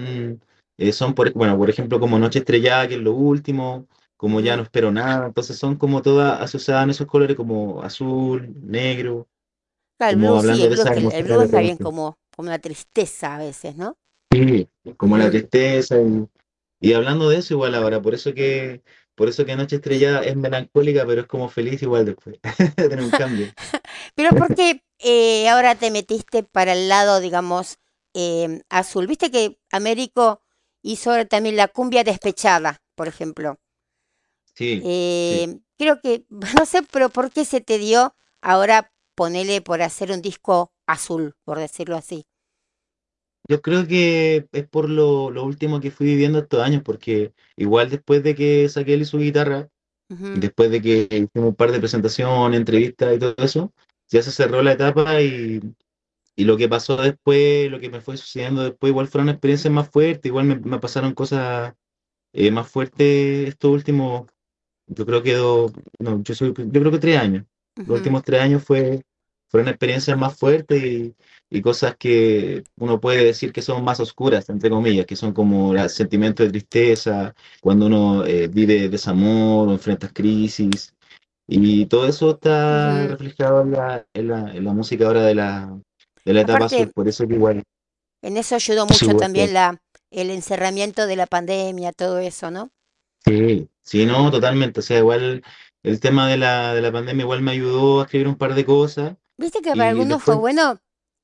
por ejemplo, como Noche Estrellada, que es lo último, como Ya no ujú. espero nada. Entonces son como todas asociadas en esos colores como azul, negro, Claro, el como blues sí, hablando de esas el emociones blues de es más bien repente. como una tristeza a veces, ¿no? Sí, como la Ujú. tristeza y hablando de eso igual ahora, por eso que Noche Estrellada es melancólica, pero es como feliz igual después. Tiene un cambio. Pero ¿por qué ahora te metiste para el lado, digamos, azul? Viste que Américo hizo también la cumbia despechada, por ejemplo. Sí, sí. Creo que, no sé, pero ¿por qué se te dio ahora ponele por hacer un disco azul, por decirlo así? Yo creo que es por lo último que fui viviendo estos años, porque igual después de que saqué él y su guitarra, y Ujú, después de que hicimos un par de presentaciones, entrevistas y todo eso, ya se cerró la etapa y lo que pasó después, lo que me fue sucediendo después, igual fueron experiencias más fuertes, igual me pasaron cosas más fuertes estos últimos, yo creo que no, yo creo que 3 años. Los ujú, últimos 3 años fueron experiencias más fuertes y cosas que uno puede decir que son más oscuras, entre comillas, que son como los sentimientos de tristeza, cuando uno vive desamor o enfrenta crisis. Y todo eso está ujú. reflejado en la música ahora de la etapa Aparte, azul. Por eso que igual en eso ayudó sí, mucho también el encerramiento de la pandemia, todo eso, ¿no? sí, sí, no, totalmente. O sea, igual el tema de la pandemia igual me ayudó a escribir un par de cosas. Viste que para Y algunos fue después, bueno.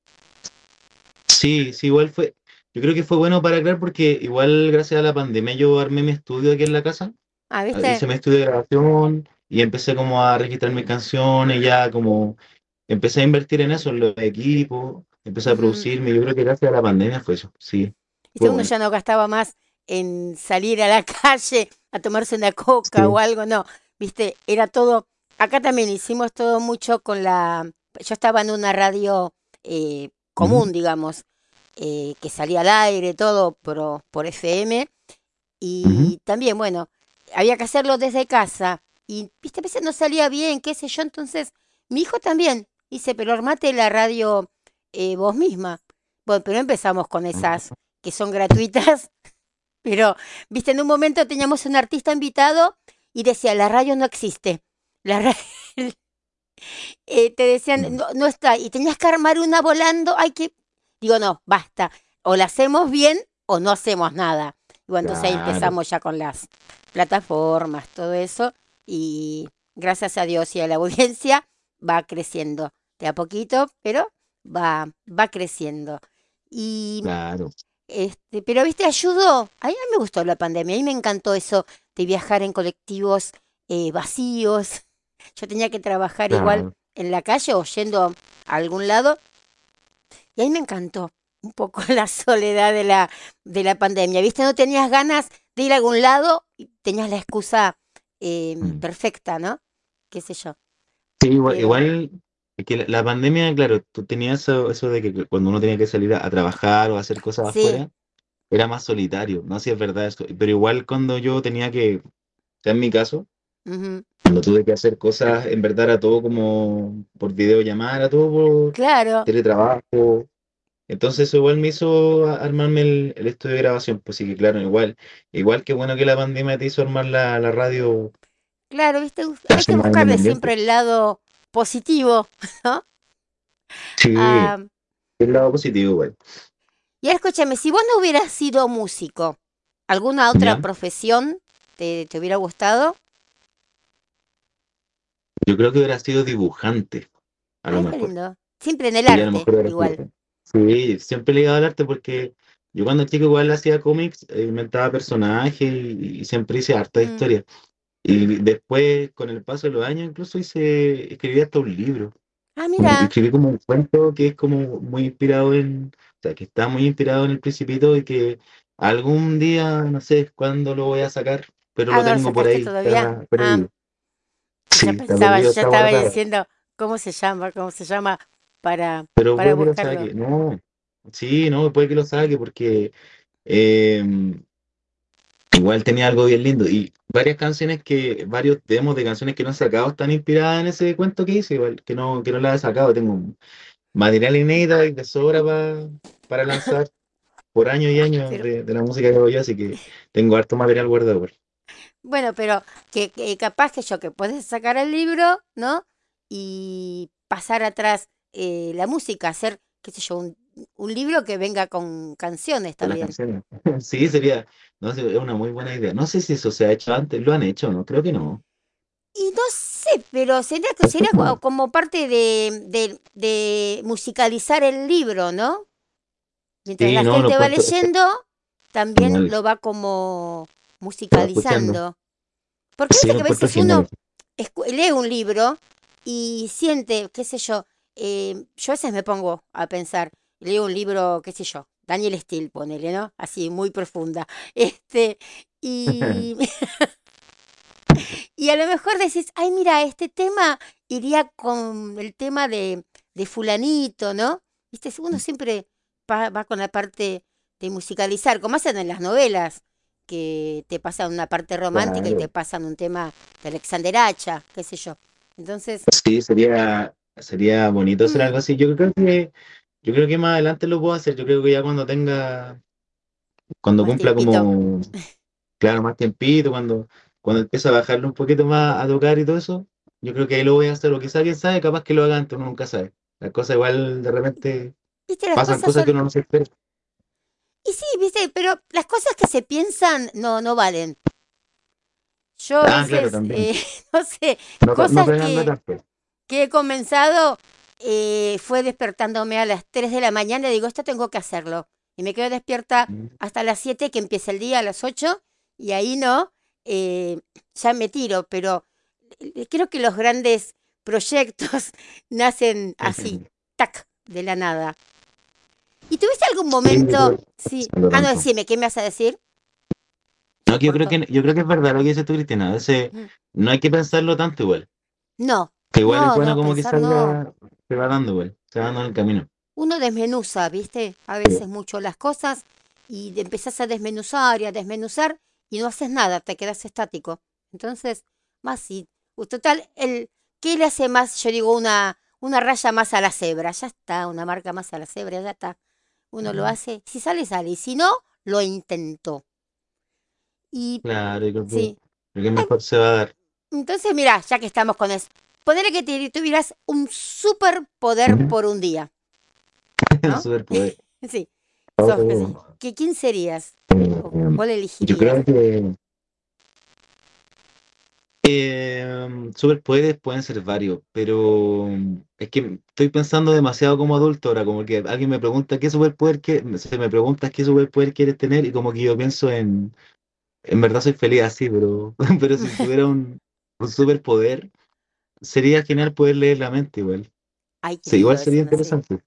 sí, sí, igual fue. Yo creo que fue bueno para crear porque igual gracias a la pandemia yo armé mi estudio aquí en la casa. Ah, ¿viste? Hice mi estudio de grabación y empecé como a registrar mis canciones, ya como empecé a invertir en eso, en los equipos, empecé a Ujú. producirme. Yo creo que gracias a la pandemia fue eso, sí, fue Viste, uno bueno. ya no gastaba más en salir a la calle a tomarse una coca o Sí. algo, no. Viste, era todo. Acá también hicimos todo mucho con la. Yo estaba en una radio Ujú, común, digamos, que salía al aire, todo por FM. ujú. Y también, bueno, había que hacerlo desde casa. Y, viste, a veces no salía bien, qué sé yo. Entonces, mi hijo también dice, pero armate la radio vos misma. Bueno, pero empezamos con esas que son gratuitas. Pero, viste, en un momento teníamos un artista invitado y decía, la radio no existe. La ra- te decían, Mm. no, no está. Y tenías que armar una volando. Hay que. Digo, no, basta. O la hacemos bien o no hacemos nada. Y bueno, entonces ahí Claro, empezamos ya con las plataformas, todo eso. Y gracias a Dios y a la audiencia va creciendo de a poquito, pero va creciendo. Y claro. pero viste, ayudó. A mí me gustó la pandemia, a mí me encantó eso de viajar en colectivos vacíos. Yo tenía que trabajar igual Claro. en la calle o yendo a algún lado y a mí me encantó un poco la soledad de la pandemia. Viste, no tenías ganas de ir a algún lado y tenías la excusa Mm. perfecta, ¿no? Qué sé yo. Sí, igual, Pero igual es que la pandemia, claro, tú tenías eso de que cuando uno tenía que salir a trabajar o a hacer cosas sí, afuera, era más solitario, no sé si es verdad eso, pero igual cuando yo tenía que, o sea, en mi caso, ujú, cuando tuve que hacer cosas, en verdad era todo como por videollamada, todo por claro. teletrabajo, entonces eso igual me hizo armarme el estudio de grabación, pues sí que claro, igual que bueno que la pandemia te hizo armar la radio Claro, viste, hay casi que más buscarle independiente. siempre el lado positivo, ¿no? Sí, Ah, el lado positivo igual. y ahora escúchame, si vos no hubieras sido músico, ¿alguna otra ¿Ya? profesión te hubiera gustado? Yo creo que hubiera sido dibujante, a lo Ay, qué mejor. lindo. Siempre en el Sí, a lo arte, mejor hubiera sido. igual. Sí, siempre ligado al arte porque yo cuando chico igual hacía cómics, inventaba personajes y siempre hice harta Mm. historia. Y después, con el paso de los años, incluso escribí hasta un libro. Ah, mira. Escribí como un cuento que es como muy inspirado o sea, que está muy inspirado en El Principito y que algún día, no sé cuándo lo voy a sacar, pero Ah, lo ¿no lo tengo por sacaste ahí, todavía? está Ah, perdido. yo ya Sí, está pensaba, yo perdido, ya está estaba guardado. diciendo cómo se llama Pero para puede que lo buscarlo. saque. No, sí, no, puede que lo saque porque eh, igual tenía algo bien lindo. Y varios demos de canciones que no he sacado están inspiradas en ese cuento que hice, igual, que no las he sacado. Tengo un material inédito y de sobra para lanzar por años y años Pero, de la música que hago yo, así que tengo harto material guardado. bueno, pero que capaz que puedes sacar el libro, ¿no? Y pasar atrás la música, hacer, qué sé yo, un libro que venga con canciones Con las también. canciones. Sí, no sé, es una muy buena idea. No sé si eso se ha hecho antes, lo han hecho, ¿no? Creo que no. Y no sé, pero sería como parte de musicalizar el libro, ¿no? Mientras Sí, la no, lo gente va encuentro. leyendo, también Genial. lo va como Lo va escuchando. musicalizando. Porque Sí, viste lo que a encuentro veces genial. uno lee un libro y siente, qué sé yo, yo a veces me pongo a pensar, leo un libro, qué sé yo, Daniel Steele, ponele, ¿no? Así, muy profunda. Este, y, y a lo mejor decís, ay, mira, este tema iría con el tema de fulanito, ¿no? Viste, uno siempre va con la parte de musicalizar, como hacen en las novelas, que te pasan una parte romántica y te Claro. pasan un tema de Alexander Hacha, qué sé yo. Entonces, Sí, sería bonito hacer mm, algo así. Yo creo que más adelante lo puedo hacer. Yo creo que ya cuando más cumpla tiempito. como, claro, más tiempito, cuando empiece a bajarle un poquito más a tocar y todo eso, yo creo que ahí lo voy a hacer. O quizá quién sabe, capaz que lo haga antes, uno nunca sabe. Las cosas igual de repente Viste, las pasan cosas cosas que son... uno no se espera. Y sí, viste, pero las cosas que se piensan no valen. Yo a Ah, claro, veces, también. no sé, No cosas pegarme tanto. que he comenzado, fue despertándome a las 3 de la mañana y digo, esto tengo que hacerlo. Y me quedo despierta hasta las 7 que empieza el día, a las 8 y ahí no, eh, ya me tiro, pero creo que los grandes proyectos nacen así, tac, de la nada. ¿Y tuviste algún Sí, yo creo momento? que Sí. no Ah, no, tanto. decime, ¿qué me vas a decir? No, Se que cortó. yo creo que es verdad lo que dices tú, Cristina. A veces Mm. no hay que pensarlo tanto igual. No, Que igual es bueno no, como que pensar no. salga, se va dando igual, se va dando en el camino. Uno desmenuza, ¿viste? A Sí. veces mucho las cosas y empezás a desmenuzar y a desmenuzar y no haces nada, te quedas estático. Entonces, más sí. Total, ¿qué le hace más? Yo digo, una raya más a la cebra. Ya está, una marca más a la cebra, ya está. Uno lo hace. Si sale, sale. Y si no, lo intentó. Y Claro, yo sí. creo que mejor se va a dar. Entonces, mira, ya que estamos con eso, ponele que tuvieras un superpoder Ujú. por un día, Un ¿no? superpoder. Sí, sos, qué sé yo. Oh, ¿Quién serías? ¿O cuál yo elegirías? creo que superpoderes pueden ser varios, pero es que estoy pensando demasiado como adulto ahora, como que alguien me pregunta qué superpoder se me pregunta qué superpoder quieres tener y como que yo pienso en verdad soy feliz así, pero, pero si tuviera un superpoder, sería genial poder leer la mente igual. Ay, qué Sí, igual lindo sería eso, ¿no? Sí. interesante.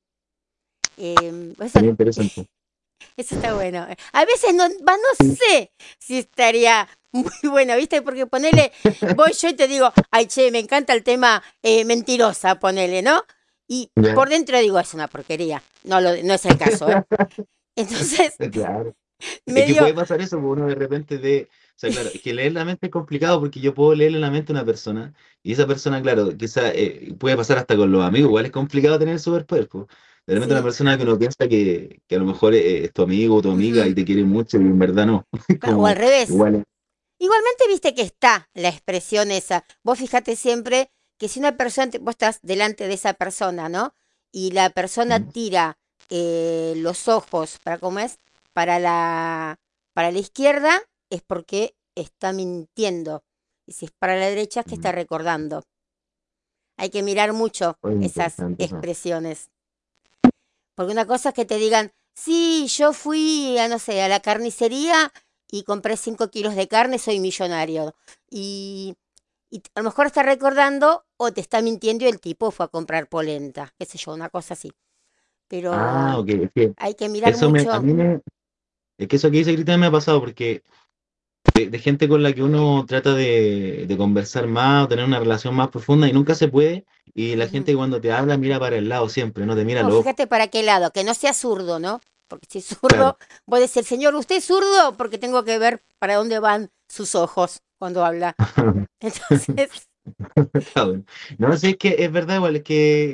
Eso, Sería interesante. eso está bueno. A veces no sé si estaría muy bueno, ¿viste? Porque ponele, voy yo y te digo, ay, che, me encanta el tema mentirosa, ponele, ¿no? Y Ya. por dentro digo, es una porquería. No es el caso, ¿eh? Entonces, Claro. Es que medio, puede pasar eso, porque uno de repente o sea, claro, es que leer la mente es complicado porque yo puedo leerle la mente a una persona y esa persona, claro, quizá puede pasar hasta con los amigos, igual es complicado tener superpoder, pues. De repente una sí, persona que uno piensa que a lo mejor es tu amigo o tu amiga y ujú, te quiere mucho y en verdad no. o al Como, revés. igual. Igualmente viste que está la expresión esa. Vos fijate siempre que si una persona, vos estás delante de esa persona, ¿no? Y la persona tira los ojos, ¿para cómo es? Para para la izquierda, es porque está mintiendo. Y si es para la derecha, es que está recordando. Hay que mirar mucho Muy esas interesante eso. expresiones. Porque una cosa es que te digan, sí, yo fui a, no sé, a la carnicería y compré 5 kilos de carne, soy millonario. Y, y a lo mejor está recordando o te está mintiendo y el tipo fue a comprar polenta, qué sé yo, una cosa así. Ah, Pero ok, es que hay que mirar eso a mucho. mí es que eso que dice Cristian me ha pasado porque de gente con la que uno trata de conversar más o tener una relación más profunda y nunca se puede, y la Ujú. gente cuando te habla mira para el lado siempre, no te mira a No, los ojos. fíjate para qué lado, que no sea zurdo, ¿no? Porque si es Claro. zurdo, vos decís, señor, ¿usted es zurdo? Porque tengo que ver para dónde van sus ojos cuando habla. Entonces, Está bueno. No, sí, es que es verdad, igual, es que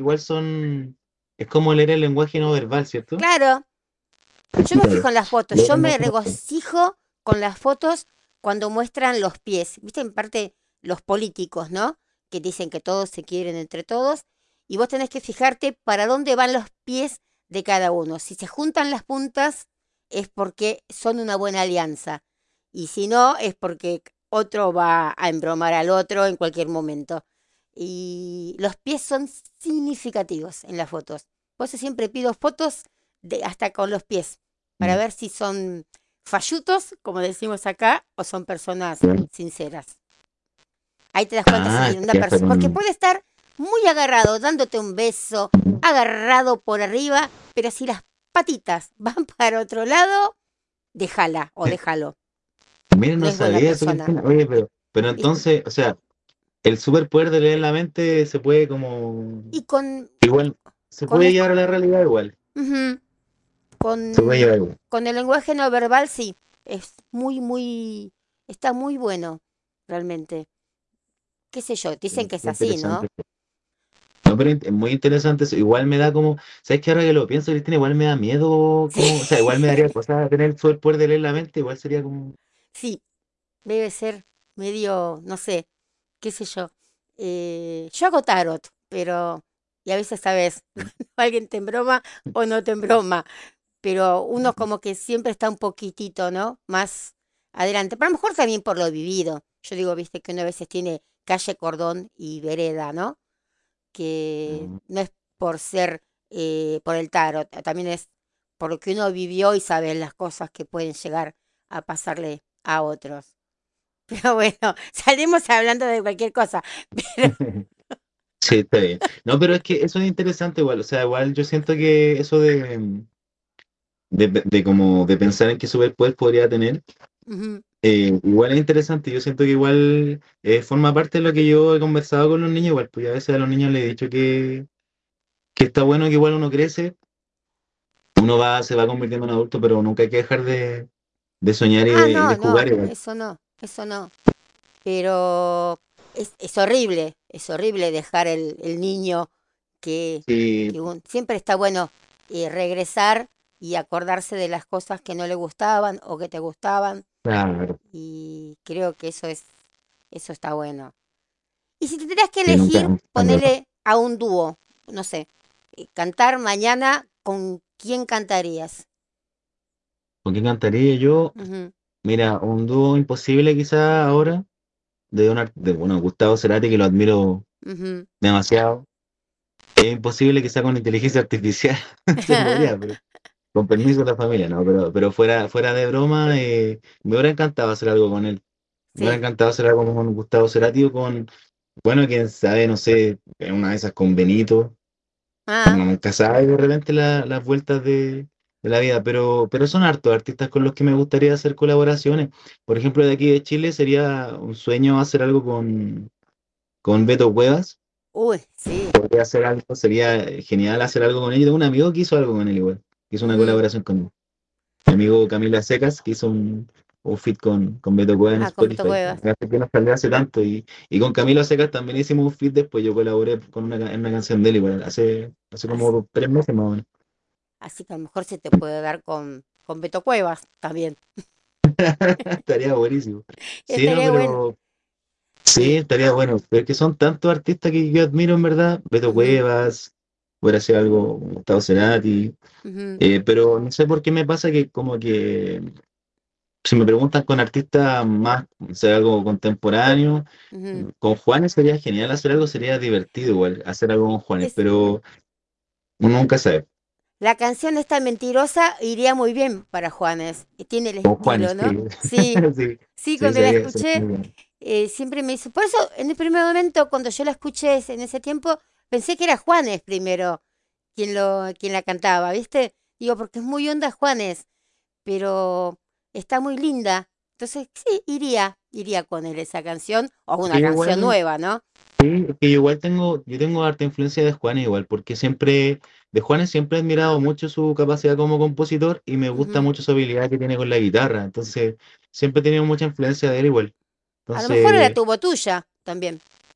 es como leer el lenguaje no verbal, ¿cierto? claro, yo me Claro. fijo en las fotos, Leer yo el me lenguaje no verbal. regocijo con las fotos cuando muestran los pies. Viste, en parte los políticos, ¿no? Que dicen que todos se quieren entre todos. Y vos tenés que fijarte para dónde van los pies de cada uno. Si se juntan las puntas es porque son una buena alianza. Y si no, es porque otro va a embromar al otro en cualquier momento. Y los pies son significativos en las fotos. Por eso siempre pido fotos hasta con los pies para ver si son fallutos, como decimos acá, o son personas ¿Ya? sinceras. Ahí te das cuenta si una Ya está persona, porque con... puede estar muy agarrado, dándote un beso, agarrado por arriba, pero si las patitas van para otro lado, déjala o déjalo. Mira, No no es buena sabía eso, persona. Cristina. Oye, pero ¿Viste? entonces, o sea, el superpoder de leer la mente se puede como... Y Igual, se con, puede es- llevar a la realidad igual. ujú, Se puede con, llevar igual. con el lenguaje no verbal, sí. Es está muy bueno, realmente. Qué sé yo, dicen que es Qué así, interesante. ¿no? No, pero es muy interesante eso. Igual me da como, ¿sabes qué? Ahora que lo pienso, Cristina, igual me da miedo, Sí, como, o sea, igual me daría cosas tener el superpoder de leer la mente, igual sería como, sí, debe ser medio, no sé, qué sé yo. Yo hago tarot, pero, y a veces sabes, alguien te embroma o no te embroma, pero uno como que siempre está un poquitito, ¿no? Más adelante. Pero a lo mejor también por lo vivido. Yo digo, viste, que uno a veces tiene calle, cordón y vereda, ¿no? Que mm, no es por ser, por el tarot, también es por lo que uno vivió y sabe las cosas que pueden llegar a pasarle a otros. Pero bueno, salimos hablando de cualquier cosa. Pero, sí, está bien. No, pero es que eso es interesante igual, o sea, igual yo siento que eso de como de pensar en qué superpoder podría tener, ujú. igual es interesante, yo siento que igual forma parte de lo que yo he conversado con los niños, igual, pues a veces a los niños les he dicho que está bueno que igual uno crece, se va convirtiendo en adulto, pero nunca hay que dejar de soñar Ah, y de no, jugar no, igual. eso no, eso no. Pero es horrible dejar el niño que, Sí, siempre está bueno regresar y acordarse de las cosas que no le gustaban o que te gustaban. claro, Y creo que eso está bueno. Y si te tendrías que que nunca. elegir, ponele a un dúo, no sé, cantar mañana, ¿con quién cantarías? ¿Con qué cantaría yo? Ujú, Mira, un dúo imposible quizá ahora, bueno, Gustavo Cerati, que lo admiro ujú. demasiado. Es imposible quizá con inteligencia artificial, se podría, pero con permiso de la familia, no, pero fuera de broma, me hubiera encantado hacer algo con él. Me hubiera Sí. encantado hacer algo con Gustavo Cerati o bueno, quién sabe, no sé, en una de esas con Benito. Ah, Uno nunca sabe de repente las vueltas de la vida, pero son hartos artistas con los que me gustaría hacer colaboraciones. Por ejemplo, de aquí de Chile sería un sueño hacer algo con Beto Cuevas. uy, sí. Podría hacer algo, sería genial hacer algo con él. Yo tengo un amigo que hizo algo con él igual, que hizo una Ujú. colaboración con mi amigo Camila Secas, que hizo un feat con Beto Cuevas en Ah, con Beto Spotify. Cuevas. Hace que no salió hace tanto. Y con Camilo Secas también hicimos un feat después. Yo colaboré en una canción de él igual, hace Así, como 3 meses más o menos. así que a lo mejor se te puede dar con Beto Cuevas también. Estaría buenísimo. Sí, no, Estaría bueno. pero sí, Sí. estaría bueno. Pero es que son tantos artistas que yo admiro en verdad. Beto Ujú, Cuevas, puede ser algo, Gustavo Cerati. ujú, Pero no sé por qué me pasa que como que si me preguntan con artistas más, o sea, algo contemporáneo, ujú. con Juanes sería genial hacer algo, sería divertido igual, hacer algo con Juanes, Es, pero uno nunca sabe. la canción esta mentirosa iría muy bien para Juanes. Tiene el Con estilo, Juanes, sí. ¿no? Sí, Sí, sí, sí, cuando la sería escuché, muy bueno. siempre me hizo. Por eso, en el primer momento, cuando yo la escuché en ese tiempo, pensé que era Juanes primero quien la cantaba, ¿viste? Digo, porque es muy onda Juanes, pero está muy linda. Entonces, sí, iría con él esa canción, o Sí, una canción igual. nueva, ¿no? Sí, es que yo tengo harta influencia de Juanes igual, porque de Juanes siempre he admirado mucho su capacidad como compositor y me gusta Ujú. mucho su habilidad que tiene con la guitarra, entonces siempre he tenido mucha influencia de él igual. A lo mejor la Entonces, tuvo tuya también.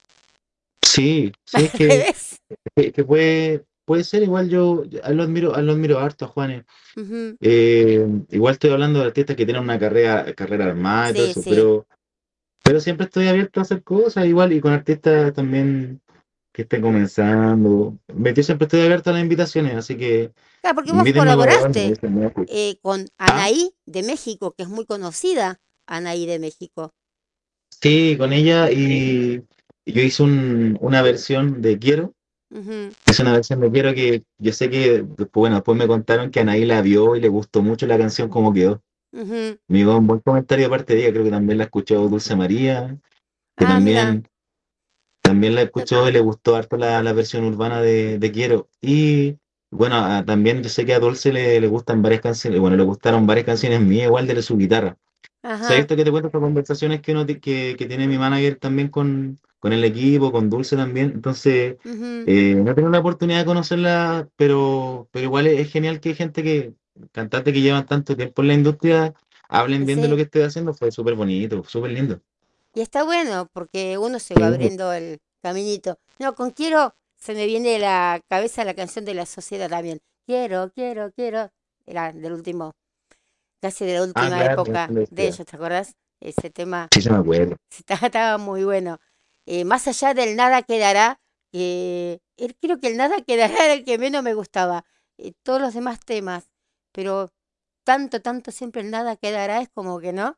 sí, sí, Al es que, revés. que puede ser igual a él lo admiro harto a Juanes. Ujú. Igual estoy hablando de artistas que tienen una carrera armada y todo Sí, eso, sí. pero siempre estoy abierto a hacer cosas igual y con artistas también que estén comenzando. Yo siempre estoy abierto a las invitaciones, así que Claro, porque vos invítenme por favor, me colaboraste dicen, "Mira, pues". con Ah, Anaí de México, que es muy conocida, Anaí de México. sí, con ella y yo hice una versión de Quiero. Ujú. Es una versión de Quiero que yo sé que, bueno, después me contaron que Anaí la vio y le gustó mucho la canción como quedó. Ujú. Me llegó un buen comentario de parte de ella, creo que también la escuchó Dulce María, que Ah, mira. también la escuchó y le gustó harto la versión urbana de Quiero. Y bueno, también yo sé que a Dulce le gustan varias canciones, bueno, le gustaron varias canciones mías, igual de su guitarra. ¿Sabes Ajá. esto que te cuento estas conversaciones que tiene mi manager también con el equipo, con Dulce también? Entonces, Ujú. no tengo la oportunidad de conocerla, pero igual es genial que hay gente cantantes que llevan tanto tiempo en la industria, hablen Y bien de lo sí. que estoy haciendo, fue súper bonito, súper lindo. Y está bueno porque uno se va Sí. abriendo el caminito. No, con quiero se me viene de la cabeza la canción de la sociedad también. Quiero, quiero, quiero. Era del último, casi de la Ah, última claro, época de ellos, ¿te acordás? Ese tema sí se me acuerdo. estaba muy bueno. Más allá del nada quedará, creo que el nada quedará era el que menos me gustaba. Todos los demás temas, pero tanto, tanto siempre el nada quedará es como que no.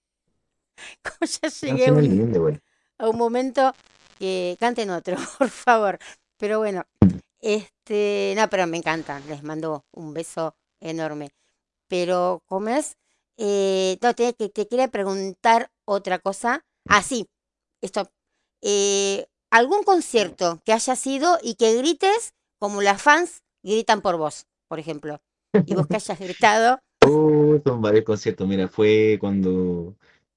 Como ya La llegué canción es linda, güey. a un momento que canten otro, por favor. Pero bueno, no, pero me encantan. Les mando un beso enorme. Pero, ¿cómo es? No, te quería preguntar otra cosa. Ah, sí, esto. ¿Algún concierto que hayas ido y que grites como las fans gritan por vos, por ejemplo? Y vos que hayas gritado. Son varios conciertos. Mira, fue cuando.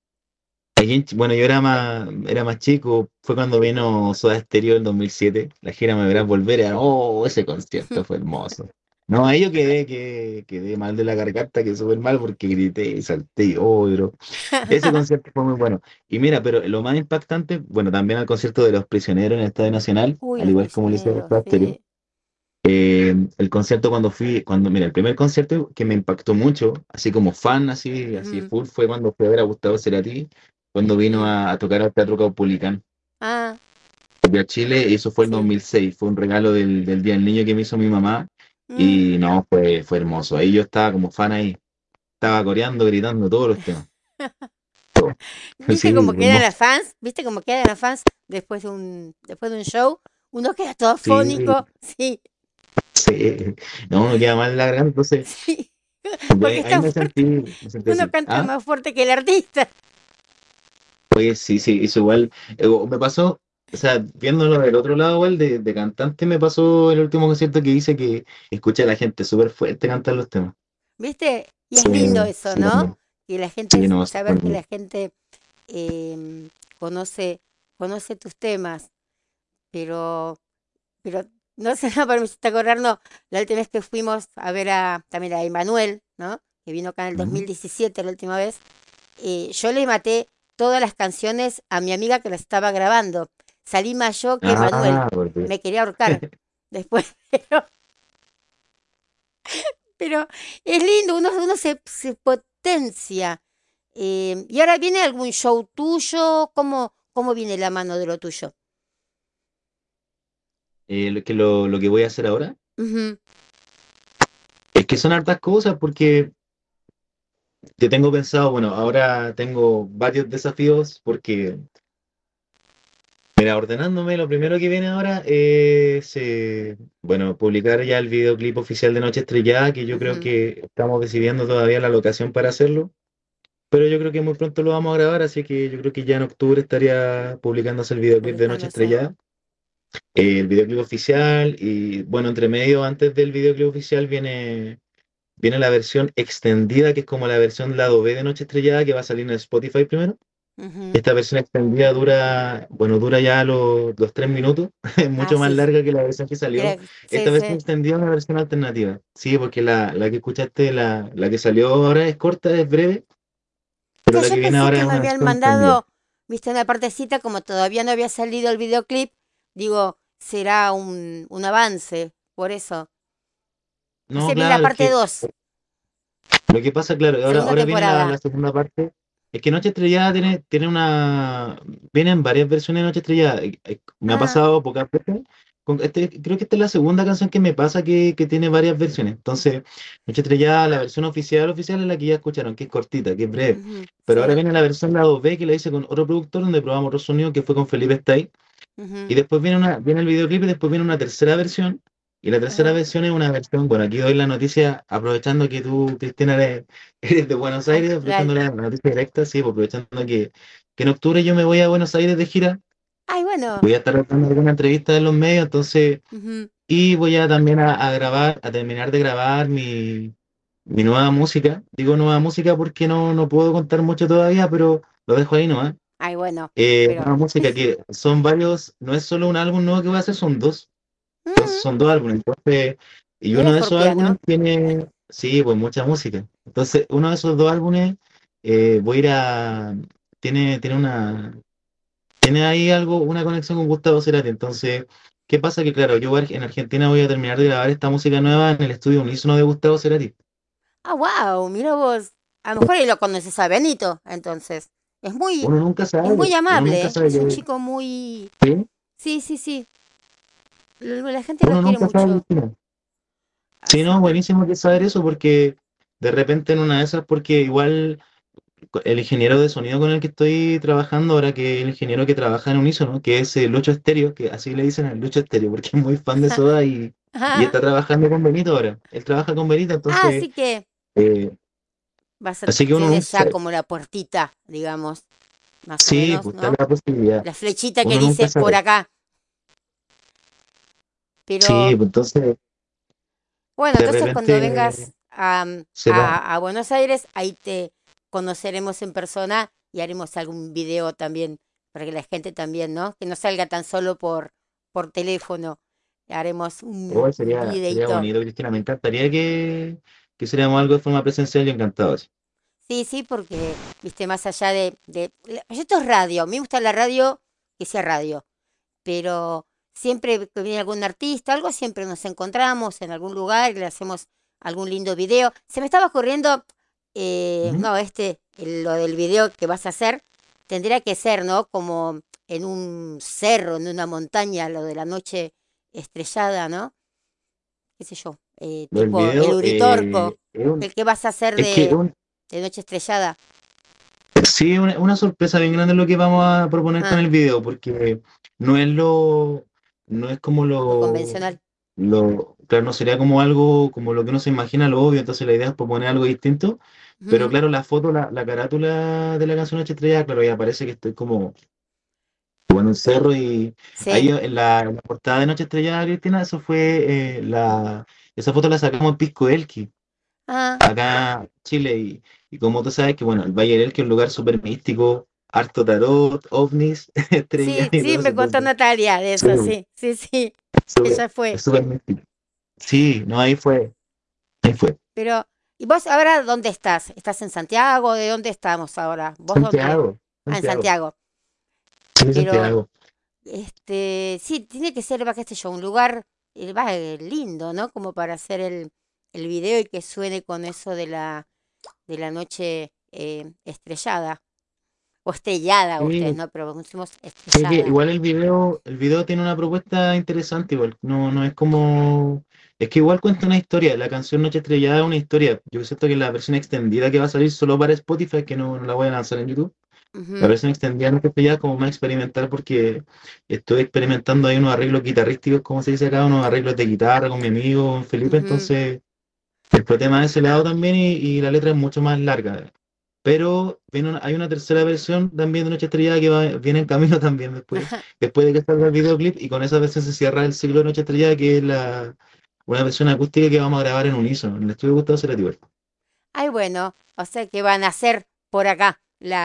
Bueno, yo era más chico. Fue cuando vino Soda Stereo en 2007. La gira Me Verás Volver. Ese concierto fue hermoso. No, ahí yo quedé mal de la garganta, que súper mal porque grité y salté. Pero ese concierto fue muy bueno. Y mira, pero lo más impactante, bueno, también al concierto de Los Prisioneros en el Estadio Nacional, Uy, al los igual como lo hice prisioneros, Soda Stereo. sí. El concierto mira, el primer concierto que me impactó mucho, así como fan, así Ujú, full, fue cuando fui a ver a Gustavo Cerati, cuando vino ujú. a tocar al Teatro Caupolicán Ah, de Chile, y eso fue el sí. 2006, fue un regalo del Día del Niño que me hizo mi mamá, Mm. y no, fue hermoso, ahí yo estaba como fan ahí, estaba coreando, gritando todos los temas. ¿Viste Sí, cómo fue quedan las hermoso. fans? ¿Viste cómo quedan las fans después de un show? Uno queda todo Sí, afónico, sí, sí, no, uno queda mal en la garganta, entonces, sí, porque ahí está fuerte. me sentí Uno así. canta ¿Ah? más fuerte que el artista. Oye, sí, sí, eso igual. Me pasó, o sea, viéndolo del otro lado, igual, de cantante, me pasó el último concierto que hice que escuché a la gente súper fuerte cantar los temas. ¿Viste? Y es Sí, lindo eso, sí, ¿no? no, Que la gente, sí, no, sí, saber que la gente conoce, conoce tus temas, pero, pero no sé, no, pero me hiciste acordar, no, la última vez que fuimos a ver también a Emanuel, ¿no? Que vino acá en el ¿no? 2017 la última vez. Yo le maté todas las canciones a mi amiga que las estaba grabando. Salí más yo que Manuel. Ah, porque Me quería ahorcar después, pero es lindo, uno se potencia. ¿Y ahora viene algún show tuyo? ¿Cómo viene la mano de lo tuyo? lo que voy a hacer ahora Ujú. es que son hartas cosas porque te tengo pensado, bueno, ahora tengo varios desafíos porque, mira, ordenándome, lo primero que viene ahora es, bueno, publicar ya el videoclip oficial de Noche Estrellada, que yo creo Ujú. que estamos decidiendo todavía la locación para hacerlo, pero yo creo que muy pronto lo vamos a grabar, así que yo creo que ya en octubre estaría publicándose el videoclip de Noche Publicándose. Estrellada, el videoclip oficial, y bueno, entre medio, antes del videoclip oficial viene la versión extendida, que es como la versión lado B de Noche Estrellada, que va a salir en Spotify primero. Ujú. Esta versión extendida dura ya los 3 minutos, es Ah, mucho más sí, larga que la versión que salió. sí, Esta versión sí. extendida es una versión alternativa. Sí, porque la que escuchaste, la que salió ahora es corta, es breve, pero Ya, la yo que viene pensé ahora que es me una habían versión extendida. mandado, viste, una partecita, como todavía no había salido el videoclip, digo, será un avance, por eso. No, Pensé, vi la claro, es parte que 2 lo que pasa, claro, ahora, segunda ahora viene la temporada. segunda parte. Es que Noche Estrellada vienen varias versiones de Noche Estrellada. Me ha Ah, pasado pocas veces. Creo que esta es la segunda canción que me pasa que tiene varias versiones. Entonces, Noche Estrellada, la versión oficial es la que ya escucharon, que es cortita, que es breve. ujú, Pero ahora sí, viene la versión lado B que la hice con otro productor donde probamos otro sonido que fue con Felipe Stay. ujú, Y después viene el videoclip y después viene una tercera versión Y la tercera Ajá. versión es una versión, bueno, aquí doy la noticia, aprovechando que tú, Cristina, eres de Buenos Ay, Aires, dale. aprovechando la noticia directa, sí, pues, aprovechando que en octubre yo me voy a Buenos Aires de gira, Ay, bueno. voy a estar dando alguna entrevista en los medios, entonces, Ujú. y voy a también a grabar, a terminar de grabar mi nueva música. Digo nueva música porque no puedo contar mucho todavía, pero lo dejo ahí nomás. Ay, bueno. Pero. Nueva música que son varios, no es solo un álbum nuevo que voy a hacer, son dos. Entonces Mm, son dos álbumes. Entonces, y mira, uno de esos álbumes escorpiano. tiene, sí, pues mucha música. Entonces, uno de esos dos álbumes voy a ir a, tiene tiene ahí algo, una conexión con Gustavo Cerati. Entonces, ¿qué pasa? Que claro, yo en Argentina voy a terminar de grabar esta música nueva en el estudio unísono de Gustavo Cerati. Ah, wow, mira vos. A lo mejor ahí lo conoces a Benito, entonces. Es muy, es muy Uno nunca amable, sabe es un que, chico muy... ¿sí? Sí, sí, sí. La gente lo Uno quiere nunca sabe mucho. que, sí, Así no, que... buenísimo que saber eso porque de repente en una de esas, porque igual el ingeniero de sonido con el que estoy trabajando ahora, que es el ingeniero que trabaja en Unísono, que es Lucho Estéreo, que así le dicen al Lucho Estéreo, porque es muy fan de Soda y está trabajando con Benito ahora. Él trabaja con Benito, Ah, entonces, así que eh, así que uno nunca tienes ya sabe. como la puertita, digamos, más o Sí, menos, pues está ¿no? la posibilidad. La flechita que Uno nunca dice por sabe. acá. Sí, Pero pues entonces, bueno, de entonces cuando repente vengas a, se da. a Buenos Aires, ahí te conoceremos en persona y haremos algún video también para que la gente también, ¿no? Que no salga tan solo por teléfono. Haremos Oh, un sería videito. bonito, Cristina. Me encantaría que hiciéramos algo de forma presencial, yo encantado. Sí. Sí, sí, porque, viste, más allá esto es radio, a mí me gusta la radio, que sea radio, pero siempre que viene algún artista, algo, siempre nos encontramos en algún lugar y le hacemos algún lindo video. Se me estaba ocurriendo, Ujú. no, lo del video que vas a hacer, tendría que ser, ¿no? Como en un cerro, en una montaña, lo de la noche estrellada, ¿no? Qué sé yo, El tipo el video Uritorco, el que vas a hacer es que de noche estrellada. sí, una sorpresa bien grande lo que vamos a proponer con Ah, el video, porque no es no es como lo convencional. claro, no sería como algo, como lo que uno se imagina, lo obvio, entonces la idea es proponer algo distinto, pero Ujú, claro, la foto, la carátula de la canción Noche Estrella, claro, ya parece que estoy como en un cerro y ahí sí. en la portada de Noche Estrellada, Cristina, eso fue, esa foto la sacamos en Pisco Elqui Ah, acá en Chile. Y como tú sabes que, bueno, el Valle del Elqui es un lugar súper místico, harto tarot, ovnis, estrellas sí, y sí, todo eso. me contó Entonces, Natalia de sí, eso, sí, sí, sí. Ella es fue. súper místico. Sí, no, ahí fue. Pero, ¿y vos ahora dónde estás? ¿Estás en Santiago? ¿De dónde estamos ahora? ¿Vos dónde? Santiago, Ah, en Santiago, Santiago. sí, Pero, Santiago. sí, tiene que ser, va, qué sé yo, un lugar, lindo, ¿no? Como para hacer el video y que suene con eso de la noche estrellada. O estrellada, ustedes, Sí, ¿no? Pero decimos sí que estrellada. igual el video tiene una propuesta interesante, igual, no es como, es que igual cuenta una historia, la canción Noche Estrellada es una historia, yo siento que la versión extendida que va a salir solo para Spotify, que no la voy a lanzar en YouTube. La Ujú, versión extendida no ya como más experimental porque estoy experimentando ahí unos arreglos guitarrísticos, como se dice acá, unos arreglos de guitarra con mi amigo Felipe, ujú. entonces exploté más de ese lado también y la letra es mucho más larga. Pero hay una tercera versión también de Noche Estrellada que viene en camino también después de que salga el videoclip y con esa versión se cierra el ciclo de Noche Estrellada que es una versión acústica que vamos a grabar en unísono, en el estudio Gustavo Cerati. Ay, bueno, o sea que van a hacer por acá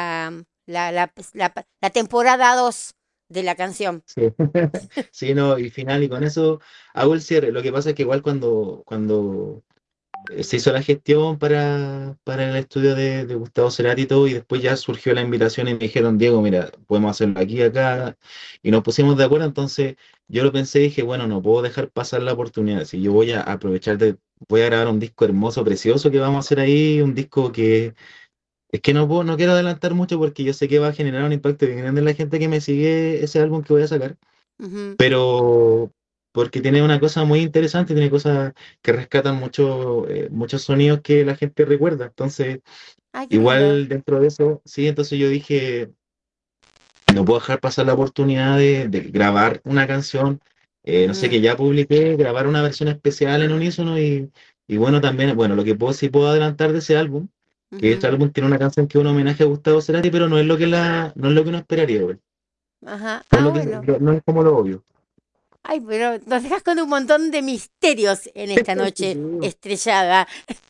la temporada 2 de la canción. Sí. Sí, no, y final, y con eso hago el cierre. Lo que pasa es que igual cuando se hizo la gestión para el estudio de Gustavo Cerati y todo, y después ya surgió la invitación y me dijeron, Diego, mira, podemos hacerlo aquí, acá, y nos pusimos de acuerdo, entonces yo lo pensé y dije, bueno, no puedo dejar pasar la oportunidad, si yo voy a aprovechar voy a grabar un disco hermoso, precioso que vamos a hacer ahí, un disco que es que no quiero adelantar mucho porque yo sé que va a generar un impacto bien grande en la gente que me sigue ese álbum que voy a sacar, Ujú. pero porque tiene una cosa muy interesante, tiene cosas que rescatan muchos sonidos que la gente recuerda. Entonces, Ay, qué lindo. igual dentro de eso, sí, entonces yo dije, no puedo dejar pasar la oportunidad de grabar una canción No sé, Ujú, que ya publiqué, grabar una versión especial en Unísono y bueno, también, bueno, lo que puedo, sí puedo adelantar de ese álbum, que este ujú. álbum tiene una canción que es un homenaje a Gustavo Cerati, pero no es lo que no es lo que uno esperaría, güey. Ajá. No es Ah, lo que, bueno. no es como lo obvio. Ay, pero nos dejas con un montón de misterios en esta noche Sí. estrellada.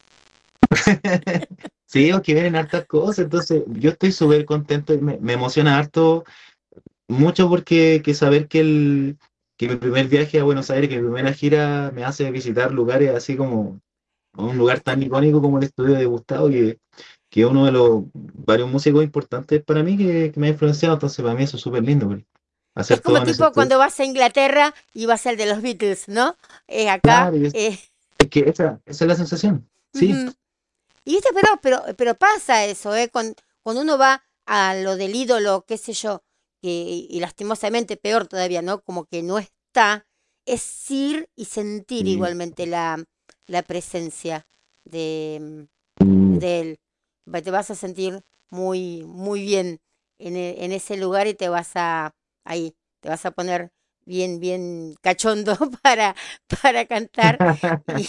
Sí, o que vienen hartas cosas, entonces yo estoy súper contento y me emociona harto mucho porque que saber que mi primer viaje a Buenos Aires, que mi primera gira me hace visitar lugares así como un lugar tan icónico como el estudio de Gustavo, que es uno de los varios músicos importantes para mí que me ha influenciado, entonces para mí eso es súper lindo, güey. Es Hacer como todo en ese tipo tour. cuando vas a Inglaterra y vas al de los Beatles, ¿no? Acá. Claro, es que esa es la sensación, sí. Ujú. Y viste, pero pasa eso, ¿eh? Cuando uno va a lo del ídolo, qué sé yo, y lastimosamente peor todavía, ¿no? Como que no está, es ir y sentir Sí. igualmente la presencia de, Mm. de él. Te vas a sentir muy bien en ese lugar y ahí, te vas a poner bien cachondo para cantar y,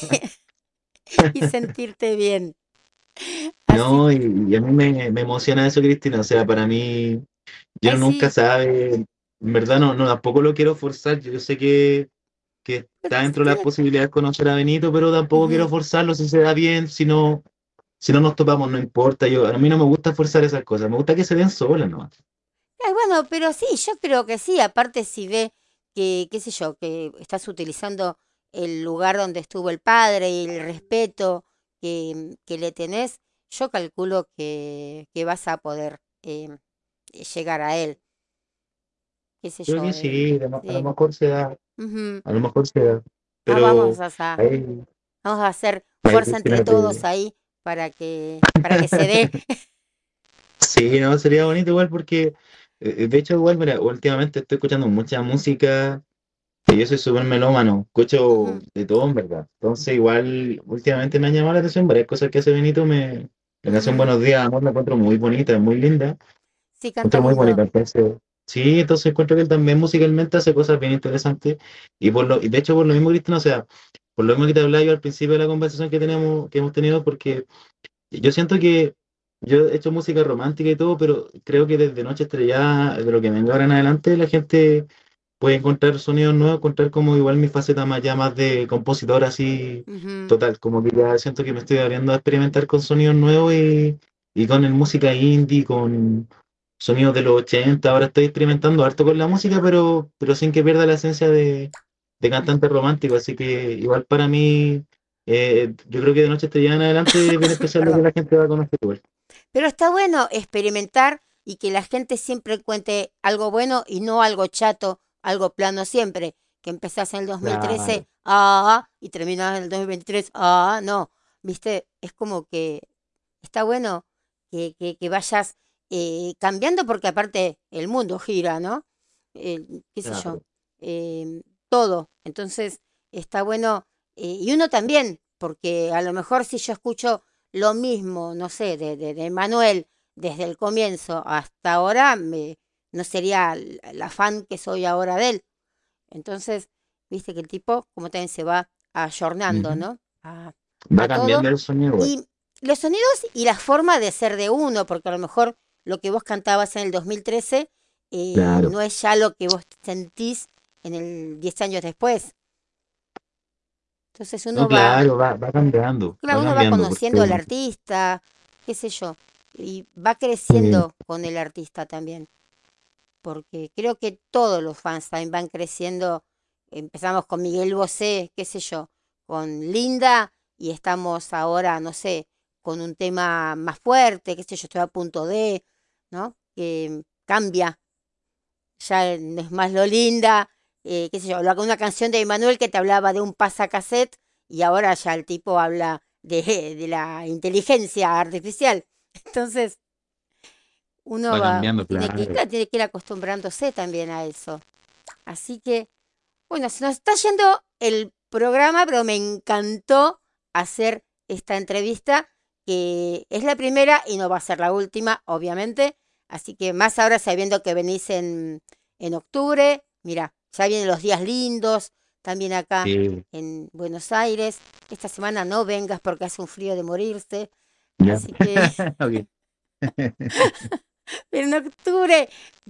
y sentirte bien. Así, No, y a mí me emociona eso, Cristina. O sea, para mí, yo ay, nunca sí. sabe, en verdad no, tampoco lo quiero forzar. Yo sé que Pero está si dentro de las tiene, posibilidades conocer a Benito, pero tampoco quiero ujú. forzarlo si se da bien, si no nos topamos, no importa. A mí no me gusta forzar esas cosas, me gusta que se den solas, ¿no? Ay, bueno, pero sí, yo creo que sí. Aparte, si ve que, qué sé yo, que estás utilizando el lugar donde estuvo el padre y el respeto que le tenés, yo calculo que vas a poder llegar a él, qué sé Creo yo. que sí, a lo Sí. mejor se da, Ujú. a lo mejor se da, Ah, pero ahí, vamos a hacer ahí fuerza entre Cristina todos te... ahí para que se dé. Sí, no, sería bonito igual porque, de hecho, igual, mira, últimamente estoy escuchando mucha música, y yo soy súper melómano, escucho Ujú, de todo en verdad. Entonces, igual, últimamente me ha llamado la atención varias cosas que hace Benito. La canción ujú. Buenos Días, Amor, la encuentro muy bonita, es muy linda, la Sí, canta encuentro muy lindo. bonita. Entonces, sí, entonces encuentro que él también musicalmente hace cosas bien interesantes. Y de hecho, por lo mismo, Cristian, o sea, por lo mismo que te hablaba yo al principio de la conversación que hemos tenido, porque yo siento que yo he hecho música romántica y todo, pero creo que desde Noche Estrellada, de lo que venga ahora en adelante, la gente puede encontrar sonidos nuevos, encontrar como igual mi faceta más ya más de compositor así Ujú. total, como que ya siento que me estoy abriendo a experimentar con sonidos nuevos y con el música indie, con sonidos de los 80. Ahora estoy experimentando harto con la música, pero sin que pierda la esencia de cantante romántico, así que igual para mí, yo creo que de Noche Estrellada en adelante es bien especial lo que Perdón. la gente va a conocer igual. Pero está bueno experimentar y que la gente siempre cuente algo bueno y no algo chato, algo plano siempre. Que empezás en el 2013, Claro. y terminás en el 2023, no. ¿Viste? Es como que está bueno que vayas cambiando porque aparte el mundo gira, ¿no? Qué sé yo, Claro. todo. Entonces está bueno, y uno también, porque a lo mejor si yo escucho lo mismo, no sé, de Manuel desde el comienzo hasta ahora, no sería la fan que soy ahora de él. Entonces, viste que el tipo como también se va ayornando, Ujú. ¿no? Va A todo. cambiando el sonido igual. Y los sonidos y la forma de ser de uno, porque a lo mejor lo que vos cantabas en el 2013 Claro. no es ya lo que vos sentís en el 10 años después. Entonces No, claro, va claro, uno va cambiando, conociendo al porque artista, qué sé yo, y va eh, creciendo con el artista también, porque creo que todos los fans también van creciendo. Empezamos con Miguel Bosé, qué sé yo, con Linda, y estamos ahora, no sé, con un tema más fuerte, qué sé yo, estoy a punto de, ¿no? Que cambia, ya no es más lo linda, qué sé yo, hablaba con una canción de Emanuel que te hablaba de un pasacassette y ahora ya el tipo habla de la inteligencia artificial. Entonces, uno va cambiando, claro. tiene que ir acostumbrándose también a eso. Así que, bueno, se nos está yendo el programa, pero me encantó hacer esta entrevista, que es la primera y no va a ser la última, obviamente. Así que más ahora sabiendo que venís en octubre, mira, ya vienen los días lindos, también acá Sí, en Buenos Aires. Esta semana no vengas porque hace un frío de morirse, ya. así que, Ok. pero en octubre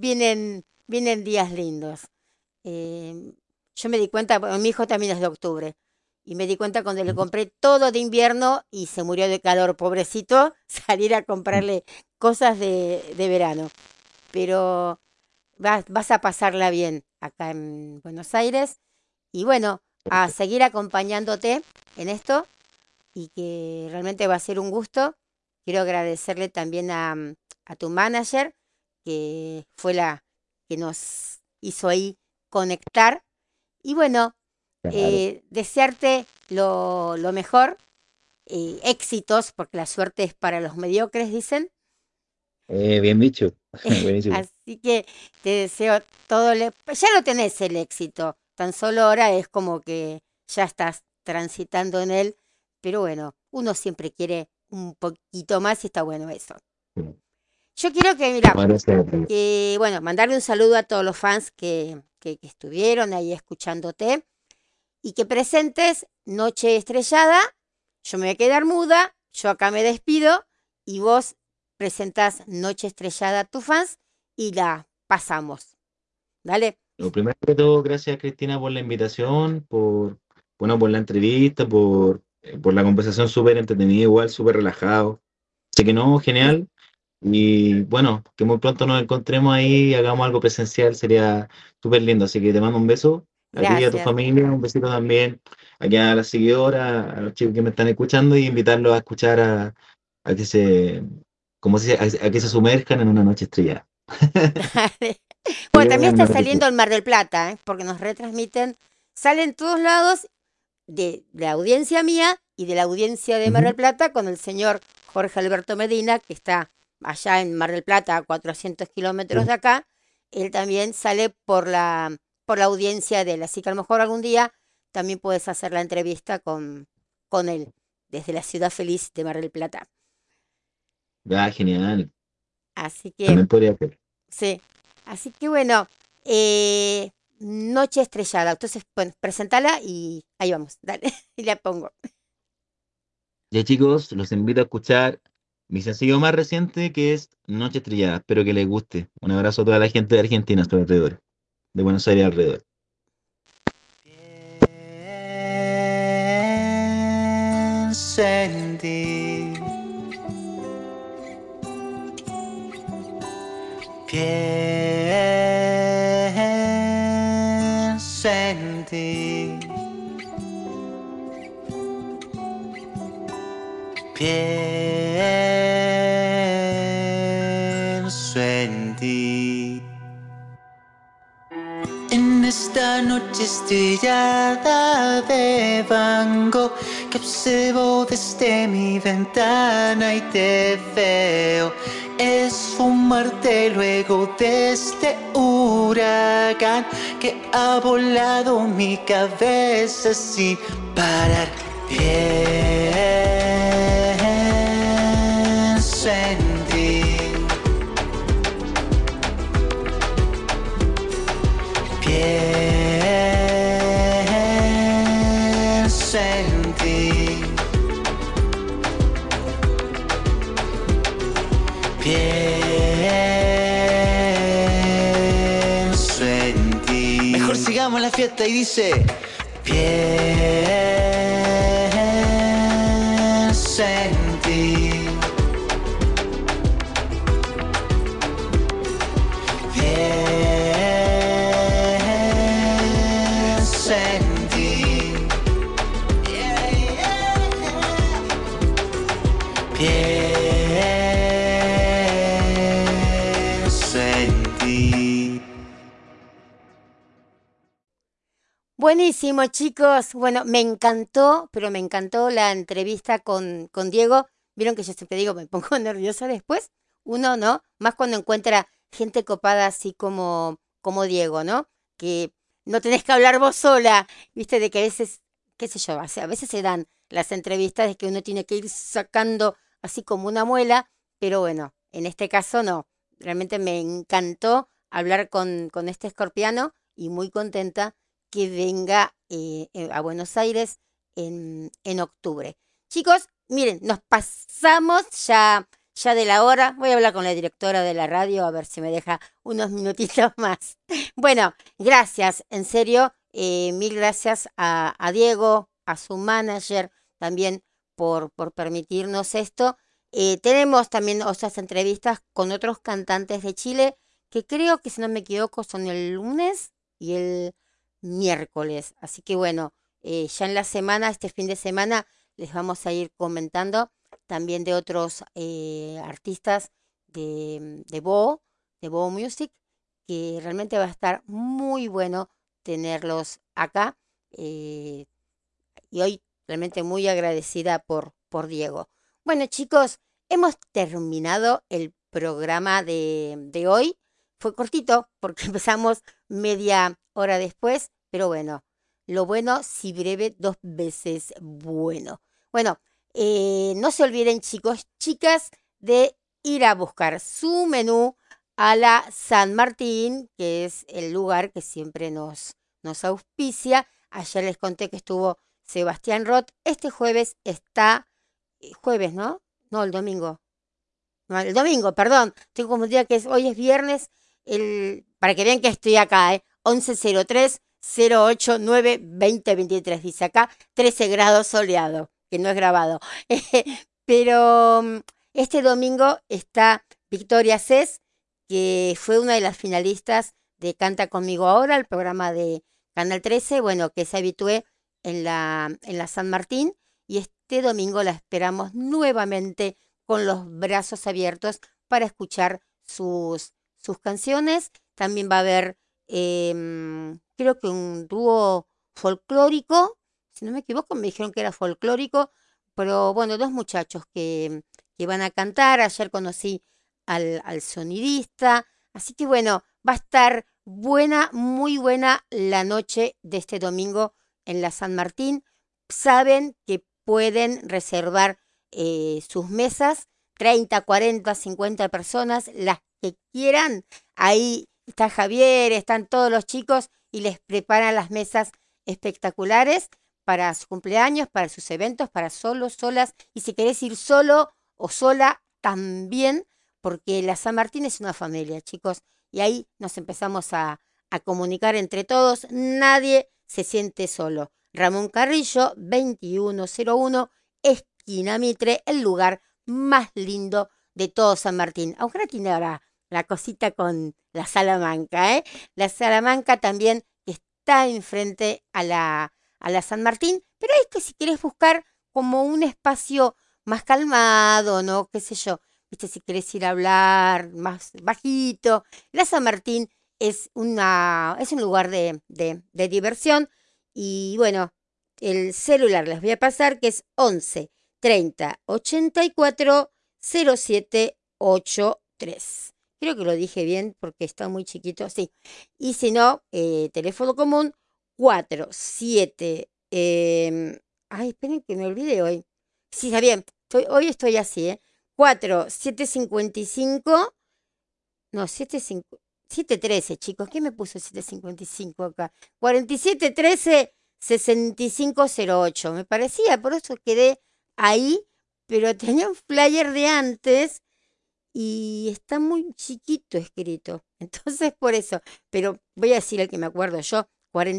vienen días lindos. Eh, yo me di cuenta, bueno, mi hijo también es de octubre, y me di cuenta cuando le compré todo de invierno y se murió de calor, pobrecito, salir a comprarle cosas de verano. Pero vas a pasarla bien acá en Buenos Aires. Y bueno, a seguir acompañándote en esto y que realmente va a ser un gusto. Quiero agradecerle también a tu manager, que fue la que nos hizo ahí conectar. Y bueno, Claro. desearte lo mejor, éxitos, porque la suerte es para los mediocres, dicen. Bien dicho. Buenísimo. Así que te deseo todo, ya lo tenés el éxito, tan solo ahora es como que ya estás transitando en él, pero bueno, uno siempre quiere un poquito más y está bueno eso. Yo quiero que, mira, Bueno, gracias. que, bueno, mandarle un saludo a todos los fans que estuvieron ahí escuchándote y que presentes Noche Estrellada. Yo me voy a quedar muda, yo acá me despido y vos presentás Noche Estrellada a tus fans y la pasamos. ¿Dale? Lo primero que todo, gracias Cristina por la invitación, bueno, por la entrevista, por la conversación súper entretenida, igual, súper relajado. Así que no, genial. Y bueno, que muy pronto nos encontremos ahí y hagamos algo presencial, sería súper lindo. Así que te mando un beso a ti y a tu Gracias. familia, un besito también aquí a las seguidoras, a los chicos que me están escuchando y invitarlos a escuchar a que se, como se dice, a que se sumerjan en una noche estrellada. Dale. Bueno, también Bien, está no te preocupes. saliendo el Mar del Plata, ¿eh? Porque nos retransmiten, salen todos lados de la audiencia mía y de la audiencia de Mar del Ujú. Plata con el señor Jorge Alberto Medina, que está allá en Mar del Plata, a 400 kilómetros de acá. Él también sale por la audiencia de él. Así que a lo mejor algún día también puedes hacer la entrevista con él, desde la ciudad feliz de Mar del Plata. Ya, genial. Así que, También podría ser. sí. Así que bueno, Noche Estrellada. Entonces, bueno, presentala y ahí vamos. Dale, y la pongo. Ya chicos, los invito a escuchar mi sencillo más reciente que es Noche Estrellada. Espero que les guste. Un abrazo a toda la gente de Argentina, a su alrededor, de Buenos Aires alrededor. Pienso en ti. Pienso en ti. Pienso en ti. En esta noche estrellada de Van Gogh que observo desde mi ventana y te veo esfumarte luego de este huracán que ha volado mi cabeza sin parar. Pienso en ti. Pienso en ti. Pienso en ti. Mejor sigamos la fiesta y dice: pienso en ti. Pienso en ti. Pienso en ti. Buenísimo, chicos. Bueno, me encantó, pero me encantó la entrevista con Diego. Vieron que yo siempre digo, me pongo nerviosa después. Uno, ¿no? Más cuando encuentra gente copada así como Diego, ¿no? Que no tenés que hablar vos sola, viste, de que a veces, qué sé yo, a veces se dan las entrevistas de que uno tiene que ir sacando así como una muela, pero bueno, en este caso no. Realmente me encantó hablar con este escorpiano y muy contenta que venga a Buenos Aires en octubre. Chicos, miren, nos pasamos ya de la hora. Voy a hablar con la directora de la radio a ver si me deja unos minutitos más. Bueno, gracias, en serio, mil gracias a Diego, a su manager también por permitirnos esto. Tenemos también otras entrevistas con otros cantantes de Chile que creo que si no me equivoco son el lunes y el miércoles. Así que bueno, ya en la semana, este fin de semana, les vamos a ir comentando también de otros artistas de Bo Music, que realmente va a estar muy bueno tenerlos acá. Y hoy realmente muy agradecida por Diego. Bueno, chicos, hemos terminado el programa de hoy. Fue cortito porque empezamos media hora después, pero bueno, lo bueno si breve, dos veces bueno. Bueno, no se olviden, chicos, chicas, de ir a buscar su menú a la San Martín, que es el lugar que siempre nos auspicia. Ayer les conté que estuvo Sebastián Roth. Este jueves está, jueves, ¿no? No, el domingo. No, el domingo, perdón. Estoy confundida que hoy es viernes. Para que vean que estoy acá, 1103-089-2023. Dice acá, 13 grados soleado, que no es grabado. Pero este domingo está Victoria Cés, que fue una de las finalistas de Canta Conmigo Ahora, el programa de Canal 13, bueno, que se habitué en la San Martín, y este domingo la esperamos nuevamente con los brazos abiertos para escuchar sus canciones. También va a haber, creo que un dúo folclórico, si no me equivoco, me dijeron que era folclórico, pero bueno, dos muchachos que van a cantar. Ayer conocí al sonidista, así que bueno, va a estar buena, muy buena la noche de este domingo en la San Martín. Saben que pueden reservar sus mesas, 30, 40, 50 personas, las que quieran. Ahí está Javier, están todos los chicos y les preparan las mesas espectaculares para su cumpleaños, para sus eventos, para solos, solas. Y si querés ir solo o sola, también, porque la San Martín es una familia, chicos. Y ahí nos empezamos a comunicar entre todos. Nadie se siente solo. Ramón Carrillo, 2101, esquina Mitre, el lugar más lindo de todo San Martín. Aunque ahora tiene ahora la cosita con la Salamanca, ¿eh? La Salamanca también está enfrente a la San Martín, pero es que si querés buscar como un espacio más calmado, ¿no? Qué sé yo, viste, si querés ir a hablar más bajito, la San Martín es un lugar de diversión. Y bueno, el celular les voy a pasar, que es 11 30 84 0783. Creo que lo dije bien porque está muy chiquito, sí. Y si no, teléfono común 47. Ay, esperen que me olvide hoy. Sí, está bien. Hoy estoy así, ¿eh? 4755. No, 713, chicos. ¿Qué me puso 755 acá? 4713-6508. Me parecía, por eso quedé ahí, pero tenía un flyer de antes y está muy chiquito escrito. Entonces, por eso. Pero voy a decir el que me acuerdo yo.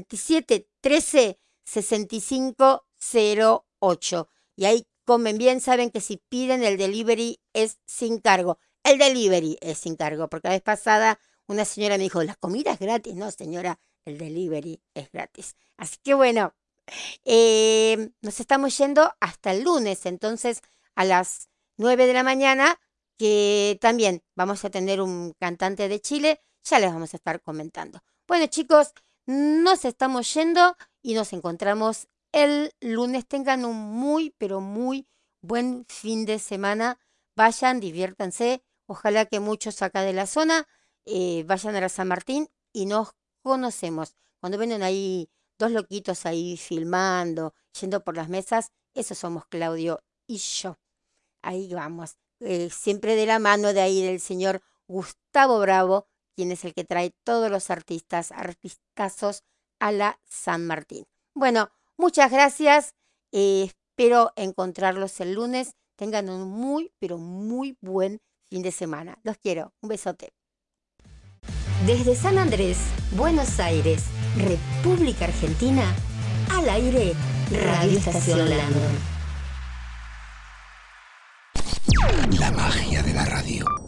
4713-6508. Y ahí comen bien, saben que si piden el delivery es sin cargo. El delivery es sin cargo, porque la vez pasada una señora me dijo, la comida es gratis. No, señora, el delivery es gratis. Así que bueno, nos estamos yendo hasta el lunes, entonces a las 9 de la mañana, que también vamos a tener un cantante de Chile, ya les vamos a estar comentando. Bueno, chicos, nos estamos yendo y nos encontramos el lunes. Tengan un muy, pero muy buen fin de semana. Vayan, diviértanse. Ojalá que muchos acá de la zona vayan a la San Martín y nos conocemos. Cuando vienen ahí dos loquitos ahí filmando, yendo por las mesas, esos somos Claudio y yo. Ahí vamos. Siempre de la mano de ahí del señor Gustavo Bravo, quien es el que trae todos los artistazos a la San Martín. Bueno, muchas gracias. Espero encontrarlos el lunes. Tengan un muy, pero muy buen fin de semana. Los quiero. Un besote. Desde San Andrés, Buenos Aires, República Argentina, al aire, Radio Estación Landon. La magia de la radio.